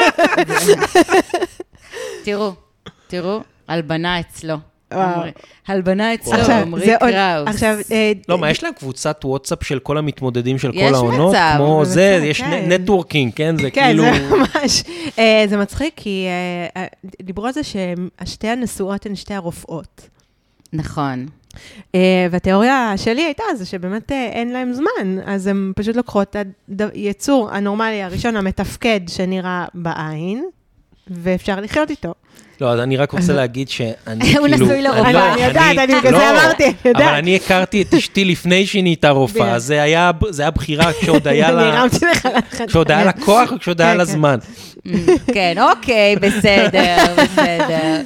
תראו, תראו, הלבנה אצלו. הלבנה אצלו, עמרי קראוס. עכשיו, לא, מה, יש להם קבוצת וואטסאפ של כל המתמודדים של כל העונות? יש מצב. כמו זה, יש נטוורקינג, כן? זה כאילו... כן, זה ממש. זה מצחיק, כי דיברו על זה שהשתי הנשואות הן שתי הרופאות. נכון. והתיאוריה שלי הייתה זה שבאמת אין להם זמן, אז הם פשוט לוקחות את היצור הנורמלי הראשון, המתפקד שנראה בעין, ואפשר לחיות איתו. לא, אז אני רק רוצה להגיד שאני הוא נשוי לרופאה. אני יודעת, אני כזה אמרתי, אני יודעת. אבל אני הכרתי את אשתי לפני שהיא נהייתה רופאה, אז זה היה בחירה כשעוד היה לה... אני הרמתי לך לחד. כשעוד היה לה כוח וכשעוד היה לה זמן. כן, אוקיי, בסדר, בסדר.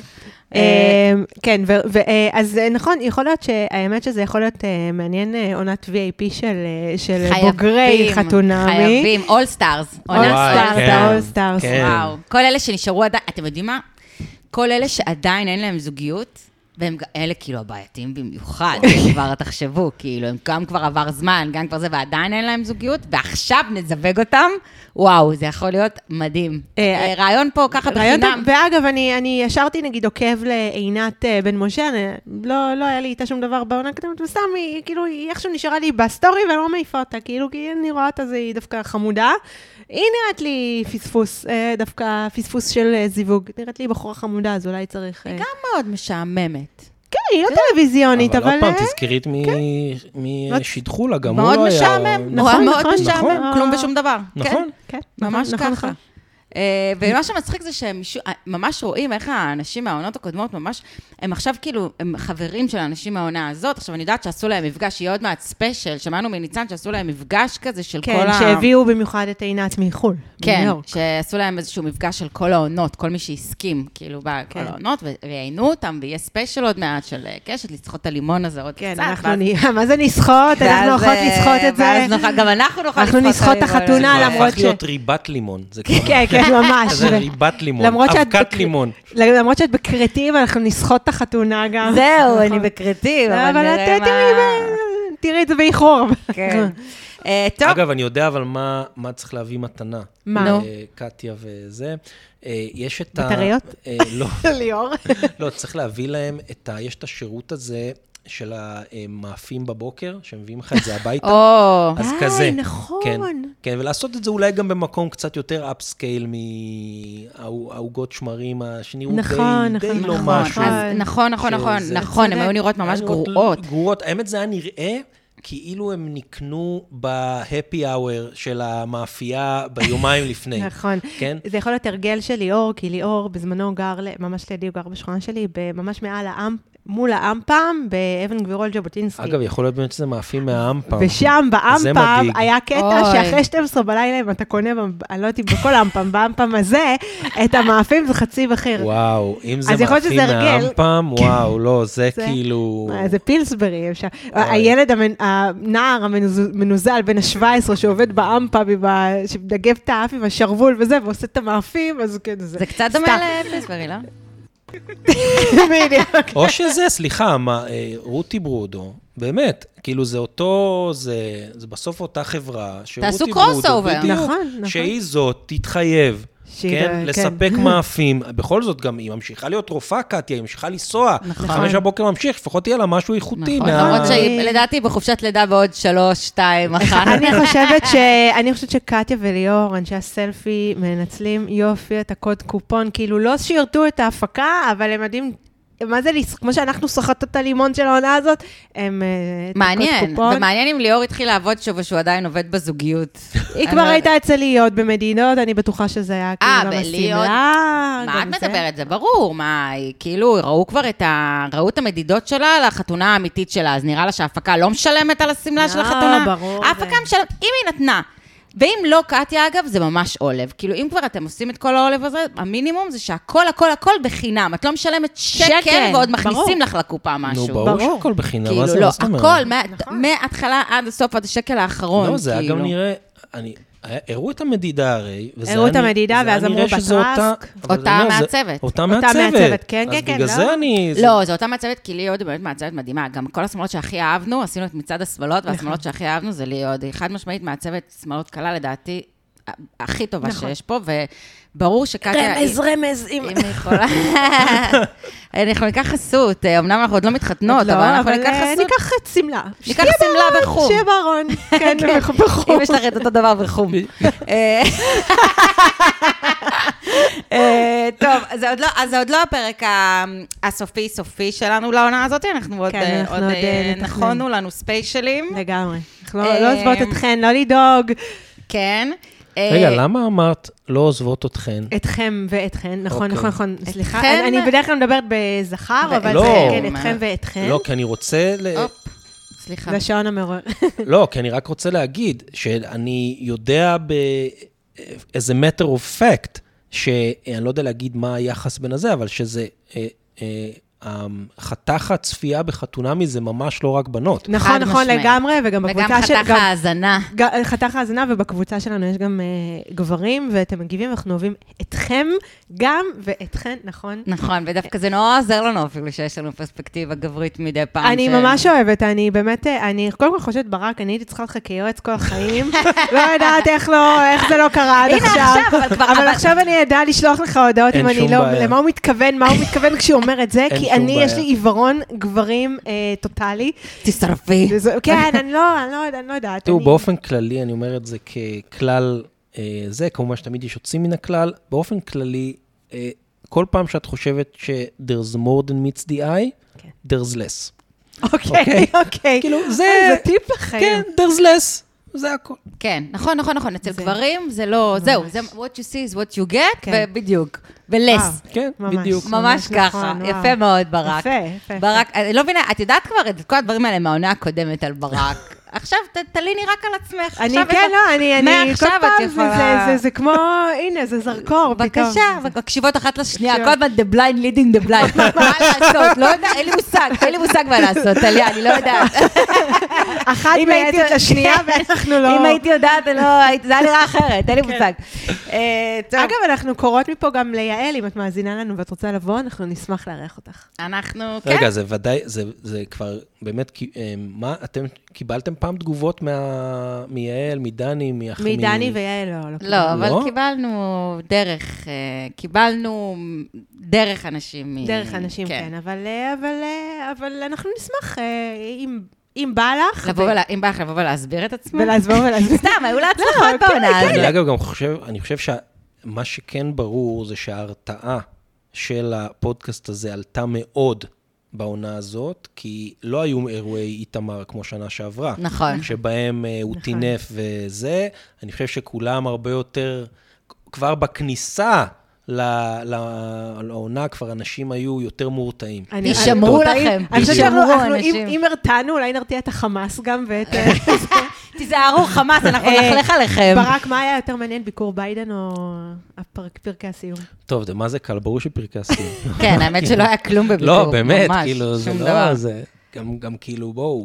כן, אז נכון, יכול להיות שהאמת שזה יכול להיות מעניין עונת וי איי פי של בוגרי חתונמי. חייבים, אול סטארס. אול סטארס. וואו. כל אלה שנשארו עדיין, אתם יודעים מה? כל אלה שעדיין אין להם זוגיות, והם אלה כאילו הבעייתיים במיוחד, כבר תחשבו, כאילו, הם גם כבר עבר זמן, גם כבר זה, ועדיין אין להם זוגיות, ועכשיו נזווג אותם, וואו, זה יכול להיות מדהים. רעיון פה ככה בחינם. ואגב, אני ישרתי נגיד עוקב לעינת בן משה, לא היה לי איתה שום דבר בעונה קדמת, וסתם היא, כאילו, היא איכשהו נשארה לי בסטורי, ואני לא מעיפה אותה, כאילו, כי אני רואה אותה, היא דווקא חמודה. היא נראית לי פספוס, דווקא פספוס של זיווג. נראית לי בחורה חמודה, אז אולי צריך... היא גם מאוד משעממת. כן, היא לא טלוויזיונית, אבל... אבל עוד פעם, תזכרית מי שידחו לה, גם הוא מאוד לא היה... משעמם, הוא היה מאוד משעמם, כלום בשום דבר. נכון. ממש ככה. ומה שמצחיק זה שהם ממש רואים איך האנשים מהעונות הקודמות ממש, הם עכשיו כאילו, הם חברים של האנשים מהעונה הזאת, עכשיו אני יודעת שעשו להם מפגש, יהיה עוד מעט ספיישל, שמענו מניצן שעשו להם מפגש כזה של כל ה... כן, שהביאו במיוחד את עינת מחול. כן, שעשו להם איזשהו מפגש של כל העונות, כל מי שהסכים, כאילו בא כל העונות, וראיינו אותם, ויהיה ספיישל עוד מעט של קשת, לסחוט את הלימון הזה עוד קצת. מה זה נסחוט? אנחנו הולכות לסחוט את זה. גם אנחנו נוכל אנחנו נסחוט את החתונה, למרות ש... הפך להיות ריבת לימון. כן, כן, ממש. זה ריבת לימון, אבקת לימון. למרות שאת בקרטיב, אנחנו נסחוט את החתונה גם. זהו, אני בקרטיב, אבל נראה מה... תראי את זה באיחור. כן. אגב, אני יודע אבל מה צריך להביא מתנה. מה? קטיה וזה. יש את ה... בטריות? לא. ליאור? לא, צריך להביא להם את ה... יש את השירות הזה של המאפים בבוקר, שמביאים לך את זה הביתה. אז כזה. נכון. כן, ולעשות את זה אולי גם במקום קצת יותר אפסקייל מהעוגות שמרים, שנראו די לא משהו. נכון, נכון, נכון, נכון, הם היו נראות ממש גרועות. גרועות, האמת זה היה נראה כאילו הם נקנו בהפי האוור של המאפייה ביומיים לפני. נכון. זה יכול להיות הרגל של ליאור, כי ליאור בזמנו גר, ממש לידי הוא גר בשכונה שלי, ממש מעל האמפ, מול האמפם, באבן גבירול ז'בוטינסקי. אגב, יכול להיות באמת שזה מאפים מהאמפם. ושם באמפם היה קטע אוי. שאחרי שתים עשרה בלילה, אם אתה קונה, אני לא יודעת אם בכל האמפם, באמפם הזה, את המאפים זה חצי מחיר. וואו, אם זה אז יכול להיות מאפים שזה הרגל. מהאמפם, וואו, לא, זה זה- כאילו... אה, זה פילסברי, אפשר. הילד, המנ- הנער המנוזל בין ה-שבע עשרה שעובד באמפם, עם ה- שמדגב את האף עם השרוול וזה, ועושה את המאפים, אז כן, זה... זה קצת דומה לפילסברי, לא? בדיוק. או שזה, סליחה, מה, אה, רותי ברודו, באמת, כאילו זה אותו, זה, זה בסוף אותה חברה, שרותי תעשו ברודו, crossover. בדיוק, נכון, נכון. שהיא זאת תתחייב, שהיא- כן, כן. לספק מאפים, בכל זאת גם היא ממשיכה להיות רופאה, קטיה, היא ממשיכה לנסוע, נכון. חמש הבוקר ממשיך, לפחות יהיה לה משהו איכותי. נכון, מה- למרות שהיא, לדעתי, בחופשת לידה בעוד שלוש, שתיים, אחת. אני חושבת ש... אני חושבת שקטיה וליאור, אנשי הסלפי, מנצלים יופי את הקוד קופון, כאילו לא שירתו את ההפקה, אבל הם יודעים, מה זה, לס- כמו שאנחנו סוחטות את הלימון של העונה הזאת, הם... אה, את הקוד מעניין, קופון. ומעניין אם ליאור התחיל לעבוד שוב, ושהוא עדיין עובד בזוגיות. היא אני כבר לא- הייתה אצל להיות במדינות, אני בטוחה שזה היה אה, כאילו לא בלהיות- בשמלה. מה גם את זה. מדברת? זה ברור, מה, היא כאילו, ראו כבר את ה... ראו את המדידות שלה לחתונה האמיתית שלה, אז נראה לה שההפקה לא משלמת על השמלה של לא, החתונה. ברור, ההפקה זה- משלמת, אם היא נתנה. ואם לא, קטיה, אגב, זה ממש עולב. כאילו, אם כבר אתם עושים את כל העולב הזה, המינימום זה שהכל, הכל, הכל בחינם. את לא משלמת שקל, שקל, ועוד ברור. מכניסים לך לקופה משהו. נו, ברור ברור. שהכל בחינם, מה כאילו, זה, לא, מה זאת אומרת? הכל, מה- נכון. מההתחלה עד הסוף, עד השקל האחרון. לא, זה היה כאילו. גם נראה, אני, היה- הראו את המדידה הרי, וזה הראו היה את נראה- המדידה, זה היה ואז אמרו נראה שזה אותה- בטרסק. אבל אותה אני אומר, זה- מעצבת. אותה אותה מעצבת. מעצבת, כן, כן, כן, אז בגלל לא. זה אני... זה- לא, זו אותה מעצבת, כי לי עוד באמת מעצבת מדהימה. גם כל השמאלות שהכי אהבנו, עשינו את מצעד השמאלות, והשמאלות שהכי אהבנו זה לי עוד. היא חד משמעית מעצבת שמאלות קלה, לדעתי, הכי טובה נכון. שיש פה, וברור שקטיה... רמז, רמז, אם אם... היא יכולה... אנחנו ניקח חסות, אמנם אנחנו עוד לא מתחתנות, אבל לא, אנחנו אבל ניקח אה, חסות. ניקח את שמלה. ניקח שמלה בחום. שיהיה בארון. כן, בחום. אם יש לך את אותו דבר בחום. אה, אה, טוב, זה עוד לא- אז זה עוד לא הפרק ה- הסופי-סופי שלנו לעונה הזאת, אנחנו עוד כן, אה, אנחנו עוד עוד, אה, אה, נתכנן. נכונו לנו ספיישלים. לגמרי. אנחנו לא- אה, לא עוזבות אתכן, לא לדאוג. כן. אה, רגע, למה אמרת לא עוזבות אתכן? אתכם ואתכן, נכון, אוקיי. נכון, נכון, סליחה. אתכן- אני אני בדרך כלל מדברת בזכר, ו- אבל לא. זה, כן, אתכם ואתכן. לא, כי אני רוצה... ל- הופ, סליחה. זה השעון המעורר. לא, כי אני רק רוצה להגיד שאני יודע ב... איזה matter of fact, שאני לא יודע להגיד מה היחס בין הזה, אבל שזה... אה, אה, חתך הצפייה בחתונמי זה ממש לא רק בנות. נכון, חד נכון, משמעית. לגמרי, וגם וגם בקבוצה של... חתך גם- ההאזנה. ג- חתך ההאזנה, ובקבוצה שלנו יש גם אה, גברים, ואתם מגיבים, אנחנו אוהבים אתכם גם, ואתכן, נכון? נכון, ודווקא זה נורא עוזר לנו אפילו שיש לנו פרספקטיבה גברית מדי פעם. אני ש- ממש אוהבת, אני באמת, אה, אני קודם כל חושבת, ברק, אני הייתי צריכה אותך כיועץ כל החיים, לא יודעת איך לא, איך זה לא קרה עד הנה, עכשיו. עכשיו, אבל כבר- אבל אבל- עכשיו אני אדע לשלוח לך הודעות אין אם אני שום לא, בעיה. למה הוא מתכוון, מה הוא מתכוון כשהוא אומר את זה, אין כי שום אני, יש בעיה. לי עיוורון גברים אה, טוטאלי. תשרפי. וזה- כן, אני לא, אני לא יודעת, אני לא יודעת. תראו, אני- באופן כללי, אני אומר את זה ככלל, אה, זה, כמובן שתמיד יש יוצאים מן הכלל, באופן כללי, אה, כל פעם שאת חושבת ש-there's more than meets the eye, כן. there's less. אוקיי, אוקיי. אוקיי. כאילו, זה... זה טיפ לחיים. כן, there's less. זה הכל. כן, נכון, נכון, נכון. אצל זה- גברים זה לא, זהו, זה what you see is what you get, כן. ובדיוק. ולס. כן, ממש. בדיוק. ממש ממש ככה. נכון, וואו. יפה מאוד, ברק. יפה, יפה. ברק, אני לא מבינה, את יודעת כבר את כל הדברים האלה מהעונה הקודמת על ברק. עכשיו ת- תליני רק על עצמך. אני, עכשיו כן, את- לא, אני, אני, כל מעכשיו את פעם, זה- יכולה- זה- זה- זה כמו, הנה, זה זרקור, פתאום. בבקשה, מקשיבות אחת לשנייה, מקשיבות. כל הזמן the blind leading the blind. מה לעשות? לא יודעת, אין לי מושג, אין לי מושג מה לעשות, טליה, אני לא יודעת. אחת אם הייתי- מייעצת לשנייה, ואנחנו לא... אם הייתי יודעת, אני לא, הייתי- זה היה נראה אחרת, אין לי מושג. אה, טוב, אגב, אנחנו קוראות מפה גם ליעל, אם את מאזינה לנו ואת רוצה לבוא, אנחנו נשמח לארח אותך. אנחנו, כן. רגע, זה ודאי, זה, זה כבר באמת, כי- אה, מה, אתם קיבלתם פעם תגובות מה, מיעל, מדני, מאח... מדני ויעל לא. לא. לא, אבל לא? קיבלנו דרך, אה, קיבלנו דרך אנשים. מ- דרך אנשים, כן, אבל, אה, אבל, אה, אבל אנחנו נשמח, אה, אם, אם בא לך, לבוא ו- ולה- אם בא לך לבוא ולהסביר את עצמך. ולעזור ולעזור. סתם, היו לה הצלחות בעונה הזאת. אני אגב גם חושב, אני חושב שמה שכן ברור זה שההרתעה של הפודקאסט הזה עלתה מאוד בעונה הזאת, כי לא היו אירועי איתמר כמו שנה שעברה. נכון. שבהם אה, הוא טינף וזה. אני חושב שכולם הרבה יותר, כבר בכניסה לעונה כבר אנשים היו יותר מורתעים. תשמרו לכם, תשמרו אנשים. אם הרתענו, אולי נרתיע את החמאס גם ואת... תיזהרו חמאס, אנחנו נחלך עליכם. ברק, מה היה יותר מעניין, ביקור ביידן או פרקי הסיום? טוב, זה מה זה קל? ברור שפרקי הסיום. כן, האמת שלא היה כלום בביקור. לא, באמת, כאילו, זה לא... גם כאילו, בואו.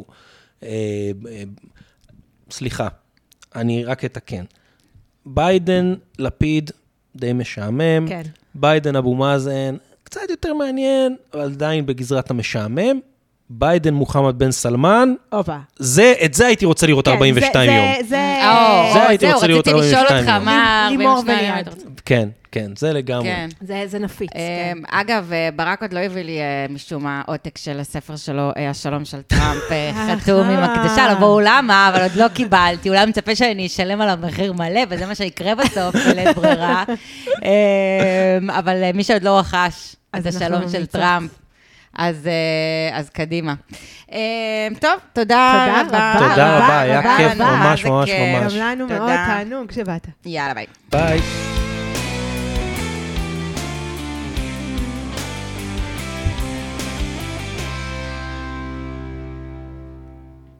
סליחה, אני רק אתקן. ביידן, לפיד, די משעמם. כן. ביידן, אבו מאזן, קצת יותר מעניין, אבל עדיין בגזרת המשעמם. ביידן, מוחמד בן סלמן. אופה. זה, את זה הייתי רוצה לראות ארבעים ושתיים יום. זה, זה... זה הייתי רוצה לראות ארבעים ושתיים יום. רציתי לשאול אותך, מה לימור וליעד. כן, כן, זה לגמרי. זה נפיץ, כן. אגב, ברק עוד לא הביא לי משום מה עותק של הספר שלו, השלום של טראמפ, חתום עם הקדשה, לא ברור למה, אבל עוד לא קיבלתי, אולי מצפה שאני אשלם עליו מחיר מלא, וזה מה שיקרה בסוף, בלית ברירה. אבל מי שעוד לא רכש את השלום של טראמפ, אז, אז קדימה. טוב, תודה רבה. תודה רבה, היה כיף ממש ממש ממש. גם לנו מאוד תענוג שבאת. יאללה, ביי. ביי.